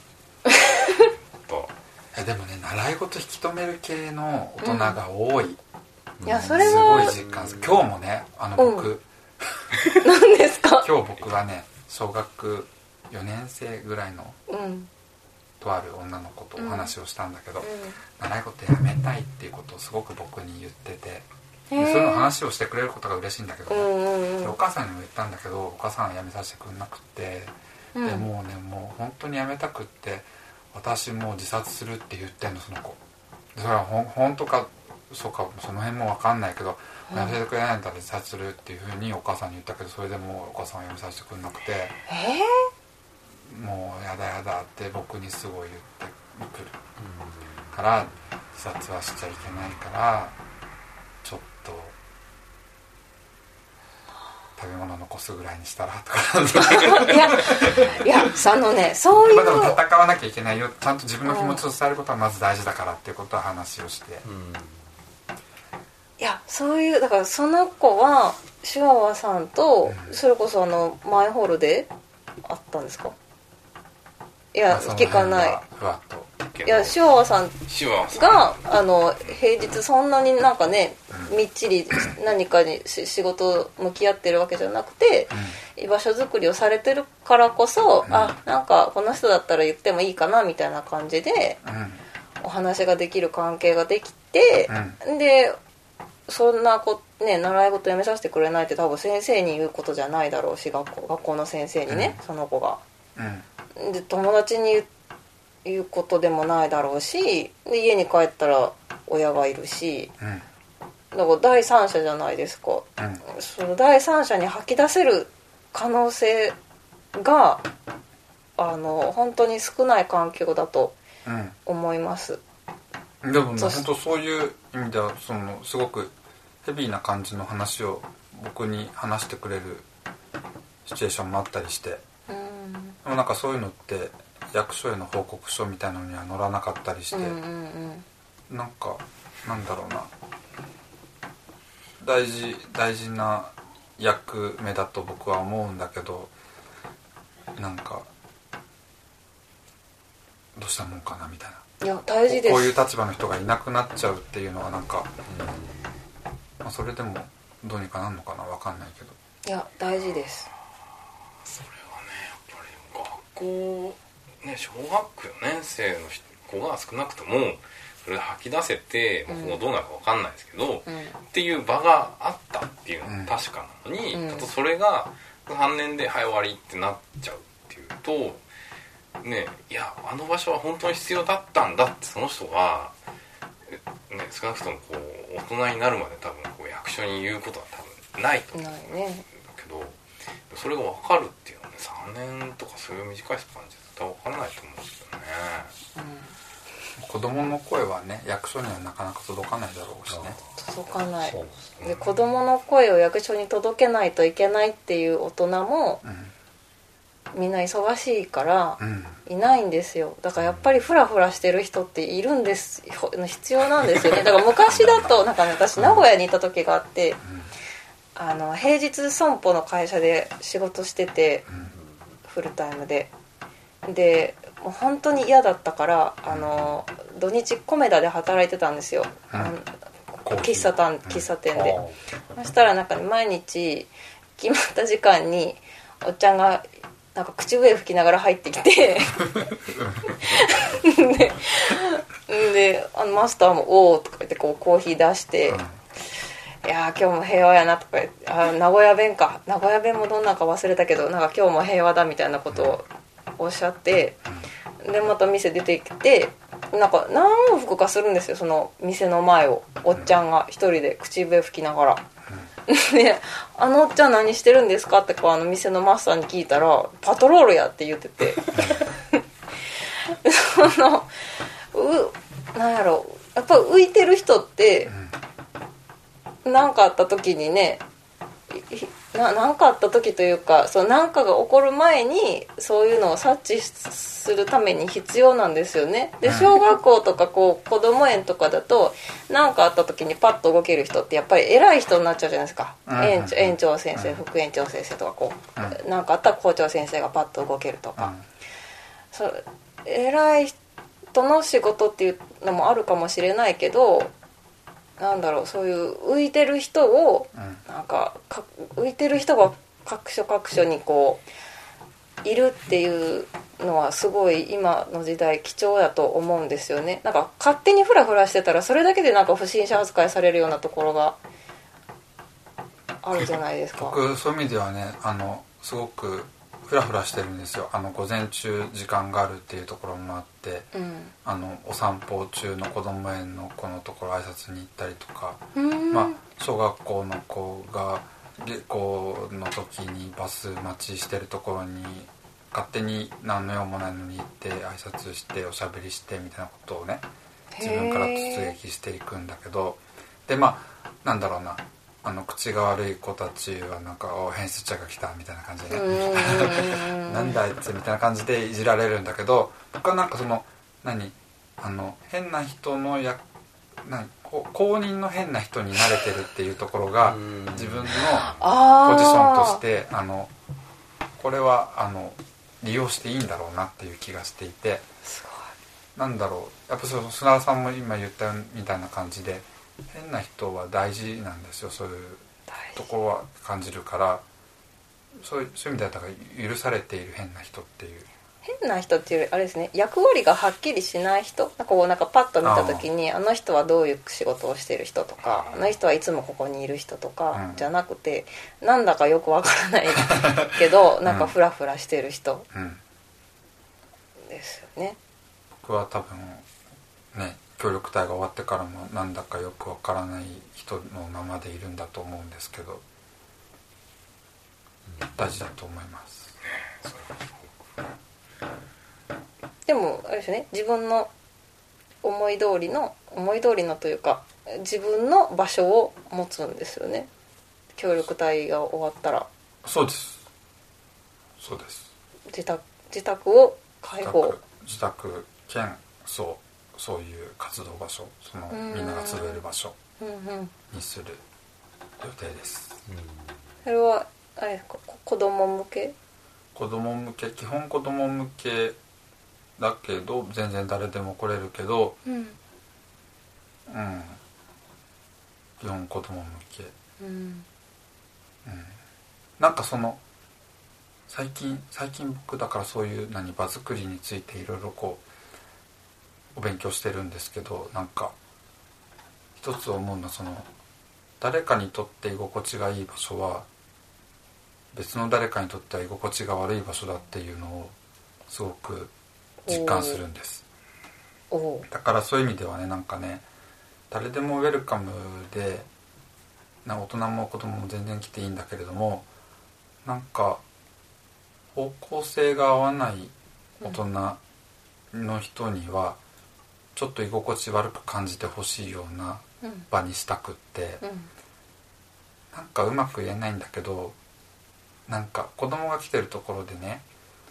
でもね、習い事引き止める系の大人が多い。 いや、それはすごい実感する。今日もね、僕、 何ですか？ 今日僕はね、小学4年生ぐらいのとある女の子とお話をしたんだけど、習い事やめたいっていうことをすごく僕に言ってて、そういうの話をしてくれることが嬉しいんだけど、ね、お母さんにも言ったんだけど、お母さんはやめさせてくれなくって、でもうね、もう本当にやめたくって、私もう自殺するって言ってんの、その子。それは本当かそうかその辺も分かんないけど、やめてくれないんだら自殺するっていうふうにお母さんに言ったけど、それでもうお母さんはやめさせてくれなくて、もうやだやだって僕にすごい言ってくるから、自殺はしちゃいけないからちょっと食べ物残すぐらいにしたらとかいやそういうでも戦わなきゃいけないよ、ちゃんと自分の気持ちを伝えることはまず大事だからっていうことは話をして、 いや、そういうだからその子はシュワワさんとそれこそマイホールで会ったんですか？いや、聞かない。いや、シュワワさんが平日そんなになんかね、みっちり何かに仕事向き合ってるわけじゃなくて、居場所作りをされてるからこそ、なんかこの人だったら言ってもいいかなみたいな感じで、お話ができる関係ができて、でそんな習い事やめさせてくれないって多分先生に言うことじゃないだろうし、学校の先生にね、その子が、で友達に言うことでもないだろうし、で家に帰ったら親がいるし、だから第三者じゃないですか、その第三者に吐き出せる可能性が本当に少ない環境だと思います、 でもね、本当そういう意味ではすごくヘビーな感じの話を僕に話してくれるシチュエーションもあったりして、でもなんかそういうのって役所への報告書みたいなのには載らなかったりして、なんかなんだろうな、大事な役目だと僕は思うんだけど、なんかどうしたもんかなみたいな。 いや、大事です。 こういう立場の人がいなくなっちゃうっていうのはなんか、それでもどうにかなるのかな、分かんないけど。 いや、大事です。 それはね、やっぱり学校ね、小学4年生の子が少なくともそれで吐き出せて、今後どうなるか分かんないですけど、っていう場があったっていうのは確かなのに、たとそれが3年ではい終わりってなっちゃうっていうとね、いやあの場所は本当に必要だったんだってその人が、ね、少なくともこう大人になるまで多分こう役所に言うことは多分ないと思うんだけど、それが分かるっていうのはね、3年とかそういう短いスパンじゃ絶対分からないと思うんですよね。 子供の声はね、役所にはなかなか届かないだろうしね。 届かない。で、子供の声を役所に届けないといけないっていう大人も、みんな忙しいからいないんですよ。だからやっぱりフラフラしてる人っているんです、必要なんですよね。だから昔だとなんか、ね、私名古屋にいた時があって、平日損保の会社で仕事してて、フルタイムでもう本当に嫌だったから土日コメダで働いてたんですよ、喫茶店で。そしたらなんか、ね、毎日決まった時間におっちゃんがなんか口笛吹きながら入ってきてでマスターも「おー」とか言ってこうコーヒー出して「いや今日も平和やな」とか言って名古屋弁もどんなんか忘れたけど、なんか今日も平和だみたいなことをおっしゃって、でまた店出てきてなんか何往復かするんですよ、その店の前をおっちゃんが一人で口笛吹きながら、であのおっちゃん何してるんですかってこう店のマスターに聞いたらパトロールやって言っててなんやろ、やっぱ浮いてる人って何かあった時にね、何かあった時というか、その何かが起こる前にそういうのを察知するために必要なんですよね。で小学校とかこう子ども園とかだと何かあった時にパッと動ける人ってやっぱり偉い人になっちゃうじゃないですか。園長先生、副園長先生とかこう何かあったら校長先生がパッと動けるとか、そう偉い人の仕事っていうのもあるかもしれないけど、なんだろう、そういう浮いてる人をなんか浮いてる人が各所各所にこういるっていうのはすごい今の時代貴重だと思うんですよね。なんか勝手にフラフラしてたらそれだけでなんか不審者扱いされるようなところがあるじゃないですか。 僕そういう意味ではね、すごくフラフラしてるんですよ。午前中時間があるっていうところもあって、お散歩中の子ども園の子のところ挨拶に行ったりとか、小学校の子が下校の時にバス待ちしてるところに勝手に何の用もないのに行って挨拶しておしゃべりしてみたいなことをね、自分から突撃していくんだけど、でなんだろうな、口が悪い子たちはなんか変質者が来たみたいな感じでねなんだあいつみたいな感じでいじられるんだけど、僕はなんかその変な人の公認の変な人に慣れてるっていうところが自分のポジションとしてこれは利用していいんだろうなっていう気がしていて、なんだろう、やっぱ砂田さんも今言ったみたいな感じで変な人は大事なんですよ。そういうところは感じるから、そういう意味ではだから許されている変な人っていう、 変な人っていうあれですね、役割がはっきりしない人、なんかパッと見た時にあの人はどういう仕事をしてる人とか、あの人はいつもここにいる人とかじゃなくて、なんだかよくわからないけどなんかフラフラしてる人ですよね。 僕は多分ね、協力隊が終わってからもなんだかよくわからない人のままでいるんだと思うんですけど、大事だと思います。 でもあれですね、自分の思い通りのというか自分の場所を持つんですよね、協力隊が終わったら。 そうです。 自宅を開放、 自宅兼そういう活動場所、みんなが集える場所にする予定です。 それはあれですか、子供向け？ 基本子供向けだけど全然誰でも来れるけど、基本子供向け、なんか最近僕だからそういう場作りについていろいろこうお勉強してるんですけど、なんか一つ思うのは誰かにとって居心地がいい場所は別の誰かにとっては居心地が悪い場所だっていうのをすごく実感するんです。だからそういう意味ではね、なんかね、誰でもウェルカムで大人も子供も全然来ていいんだけれども、なんか方向性が合わない大人の人にはちょっと居心地悪く感じてほしいような場にしたくって、なんかうまく言えないんだけど、なんか子供が来てるところでね、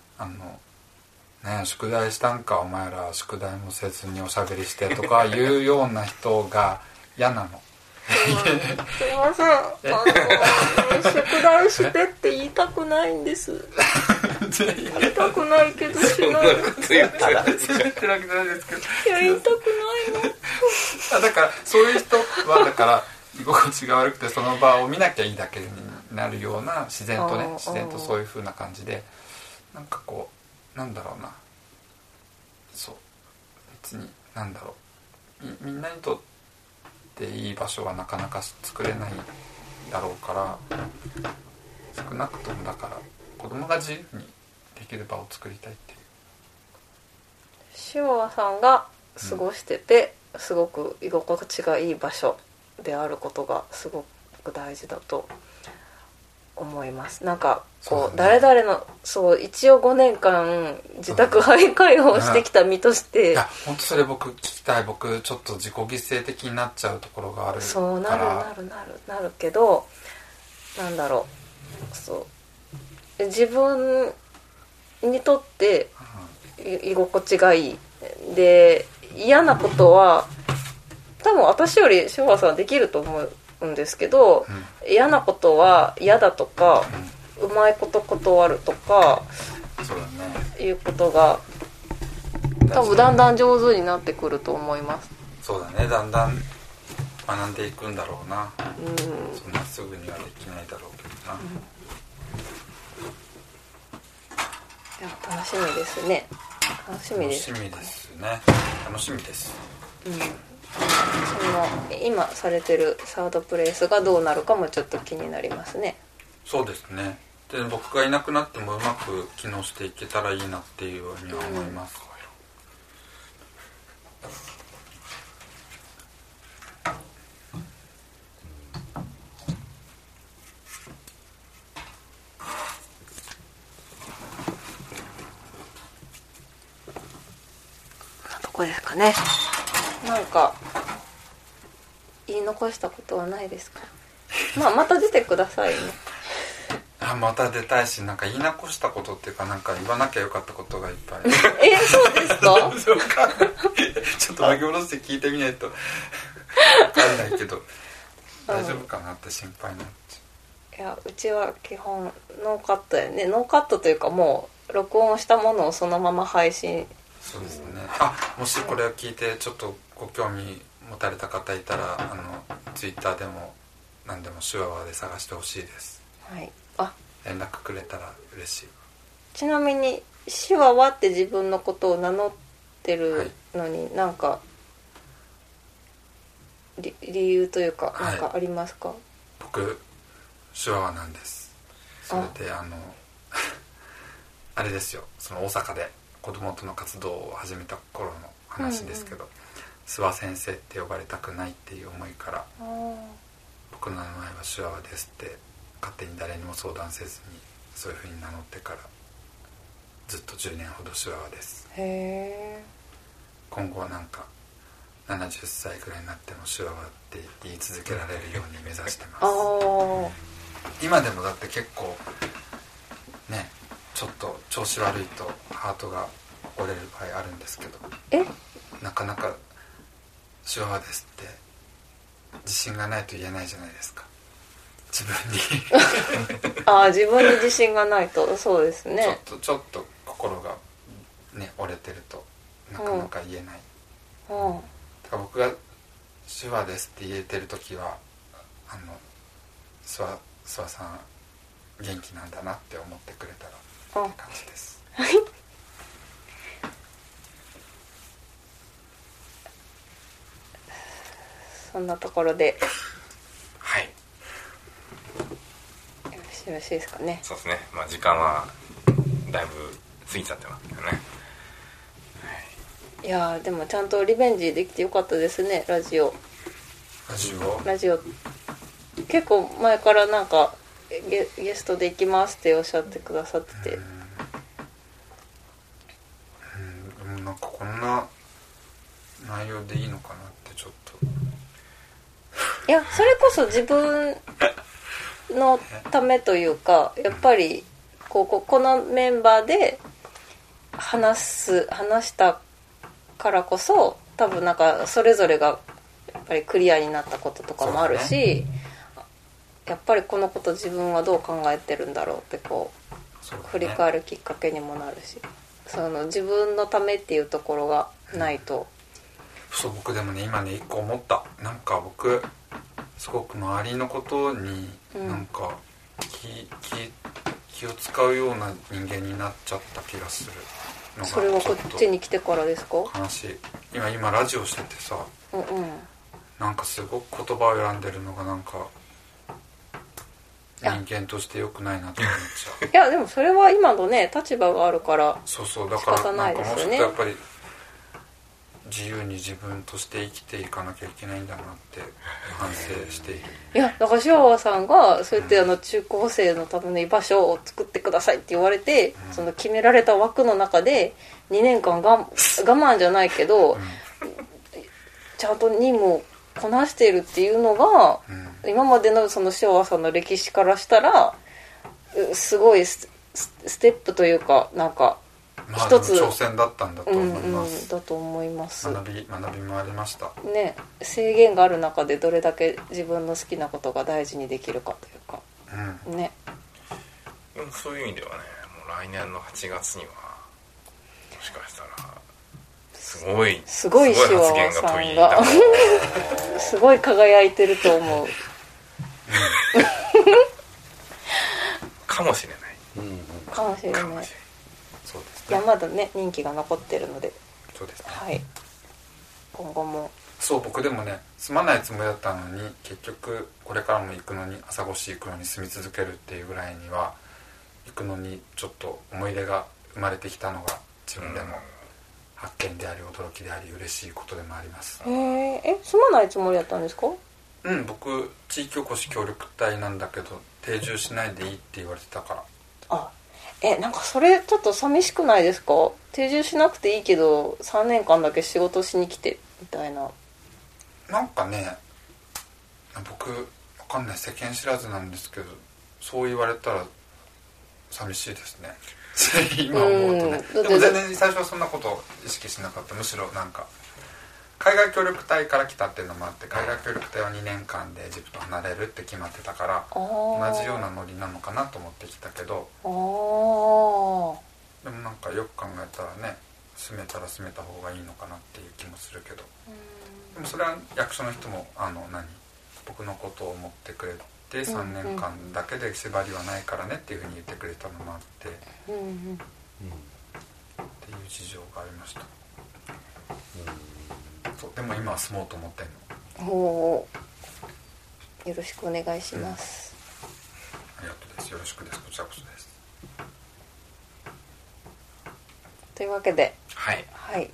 宿題したんかお前ら、宿題もせずにおしゃべりしてとかいうような人が嫌なの。 すいません、宿題してって言いたくないんです言いたくないけどしない言ってるわけじゃないですけど、 言いたくないのだからそういう人はだから居心地が悪くてその場を見なきゃいいだけになるような、自然とそういう風な感じで、なんかこうなんだろうな、そう別になんだろう、みんなにとっていい場所はなかなか作れないだろうから、少なくともだから子供が自由にできる場を作りたいっていう。 塩和さんが過ごしてて、すごく居心地がいい場所であることがすごく大事だと思います。なんかこう誰々の一応5年間自宅廃開放してきた身として、 いや本当それ僕聞きたい。僕ちょっと自己犠牲的になっちゃうところがあるから。 そうなるけど、なんだろう、自分にとって居心地がいいで、嫌なことは多分私より昭和さんはできると思うんですけど、嫌なことは嫌だとか、うまいこと断るとか、 そうだね、 いうことが多分だんだん上手になってくると思います。 そうだね、だんだん学んでいくんだろうな、そんなすぐにはできないだろうけどな、 いや楽しみですね。楽しみですね。 楽しみです。 その今されてるサードプレイスがどうなるかもちょっと気になりますね。 そうですね。で僕がいなくなってもうまく機能していけたらいいなっていうようには思います。 どこですかね。なんか言い残したことはないですか？また出てくださいね。 また出たいし、なんか言い残したことっていうか、なんか言わなきゃよかったことがいっぱいそうですか？ そうかちょっと投げ下ろして聞いてみないと分かんないけど大丈夫かなって心配になっちゃう。 いや、うちは基本ノーカットやね。ノーカットというか、もう録音したものをそのまま配信。 そうですね。もしこれを聞いてちょっとご興味持たれた方いたら、ツイッターでも何でも手話で探してほしいです。 はい。 連絡くれたら嬉しい。 ちなみに手話はって自分のことを名乗ってるのに、なんか理由というかなんかありますか？ 僕手話なんです。それであれですよ、その大阪で子供との活動を始めた頃の話ですけど、諏訪先生って呼ばれたくないっていう思いから、僕の名前は手話ですって勝手に誰にも相談せずにそういう風に名乗ってからずっと10年ほど手話です。 へー。 今後はなんか70歳くらいになっても手話って言い続けられるように目指してます。今でもだって結構ね、ちょっと調子悪いとハートが折れる場合あるんですけど、なかなか手話ですって自信がないと言えないじゃないですか、自分に自分に自信がないと。そうですね。 ちょっと心がね折れてるとなかなか言えない、だから僕が手話ですって言えてる時は諏訪さん元気なんだなって思ってくれたらって感じです。 そんなところではい、 よろしいですかね。 そうですね。時間はだいぶ過ぎちゃってますけどね。 いやでもちゃんとリベンジできてよかったですね。ラジオ結構前からなんかゲストで行きますっておっしゃってくださってて、 なんかこんな内容でいいのかなってちょっと。 いやそれこそ自分のためというか、やっぱりこのメンバーで話したからこそ、多分なんかそれぞれがやっぱりクリアになったこととかもあるし、やっぱりこのこと自分はどう考えてるんだろうって振り返るきっかけにもなるし、その自分のためっていうところがないと、 そう僕でもね今ね一個思った。なんか僕すごく周りのことになんか気を使うような人間になっちゃった気がするのが、 それはこっちに来てからですか？ 悲しい。今ラジオしててさ、なんかすごく言葉を選んでるのがなんか人間として良くないなと思っちゃう。 いやでもそれは今のね立場があるからそうだからなんかもうちょっとやっぱり自由に自分として生きていかなきゃいけないんだなって反省している。 いやだからシワワさんがそうやって中高生のための居場所を作ってくださいって言われて、その決められた枠の中で2年間我慢じゃないけど、ちゃんと任務をこなしているっていうのが、今までのそのシワワさんの歴史からしたらすごいステップというか、なんか一つ挑戦だったんだと思います、 だと思います。 学びもありましたね。制限がある中でどれだけ自分の好きなことが大事にできるかというか、ね。 でもそういう意味ではね、もう来年の8月にはもしかしたらすごいシワワさんがすごい輝いてると思うかもしれない、 かもしれない。 そうですね。 いやまだね人気が残ってるので、 そうですね。 はい。今後も。 そう、僕でもね住まないつもりだったのに結局これからも行くのに、朝来市行くのに住み続けるっていうぐらいには行くのにちょっと思い出が生まれてきたのが自分でも発見であり驚きであり嬉しいことでもあります。 住まないつもりだったんですか？ 僕地域おこし協力隊なんだけど定住しないでいいって言われてたから。 なんかそれちょっと寂しくないですか？定住しなくていいけど3年間だけ仕事しに来てみたいな。 なんかね、僕わかんない、世間知らずなんですけどそう言われたら寂しいですね今思うとね。でも全然最初はそんなことを意識しなかった。むしろなんか海外協力隊から来たっていうのもあって、海外協力隊は2年間でエジプト離れるって決まってたから同じようなノリなのかなと思ってきたけど、でもなんかよく考えたらね、住めたら住めた方がいいのかなっていう気もするけど、でもそれは役所の人も僕のことを思ってくれて3年間だけで縛りはないからねっていうふうに言ってくれたのもあって、っていう事情がありました。でも今は住もうと思ってんの。 よろしくお願いします、 ありがとうです。よろしくです。こちらこそです。 というわけで、 はい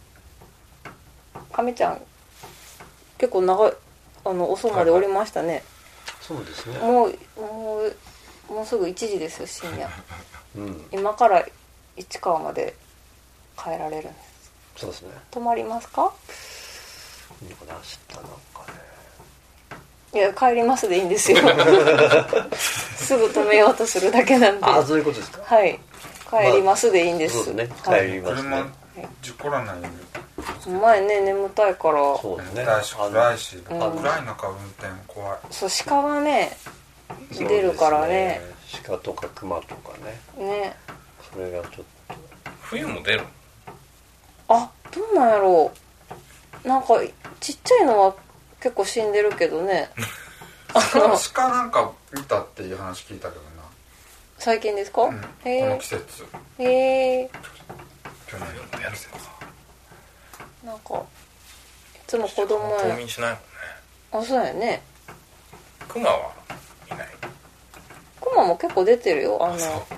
亀ちゃん結構長い遅までおりましたね。 そうですね。 もうすぐ1時ですよ、深夜今から市川まで帰られるんです。 そうですね。 泊まりますか？ 明日なんかね。 いや帰りますでいいんですよすぐ止めようとするだけなんで。 そういうことですか。 はい、帰りますでいいんです、 そうですね、帰りますね。 車事故らないように。 前ね眠たいから。 そうですね。 暗いし暗い中運転怖い。 そう、鹿がね出るからね。 鹿とか熊とかね。それがちょっと。 冬も出る？ どうなんやろう。なんかちっちゃいのは結構死んでるけどね鹿なんか見たっていう話聞いたけどな。 最近ですか？ この季節。 去年のやつなんかいつも子供や冬眠しないもんね。 そうやね。 クマはいない？ クマも結構出てるよ。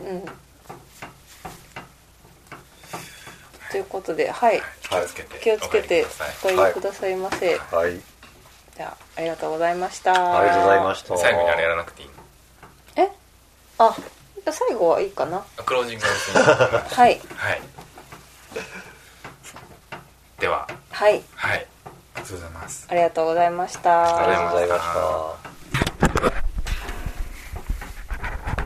ということで、気をつけてお帰りくださいませ。 はい。 じゃあありがとうございました。 ありがとうございました。 最後にあれやらなくていいの？ じゃあ最後はいいかな。 クロージングははいでははい、 ありがとうございます。 ありがとうございました。 ありがとうございました。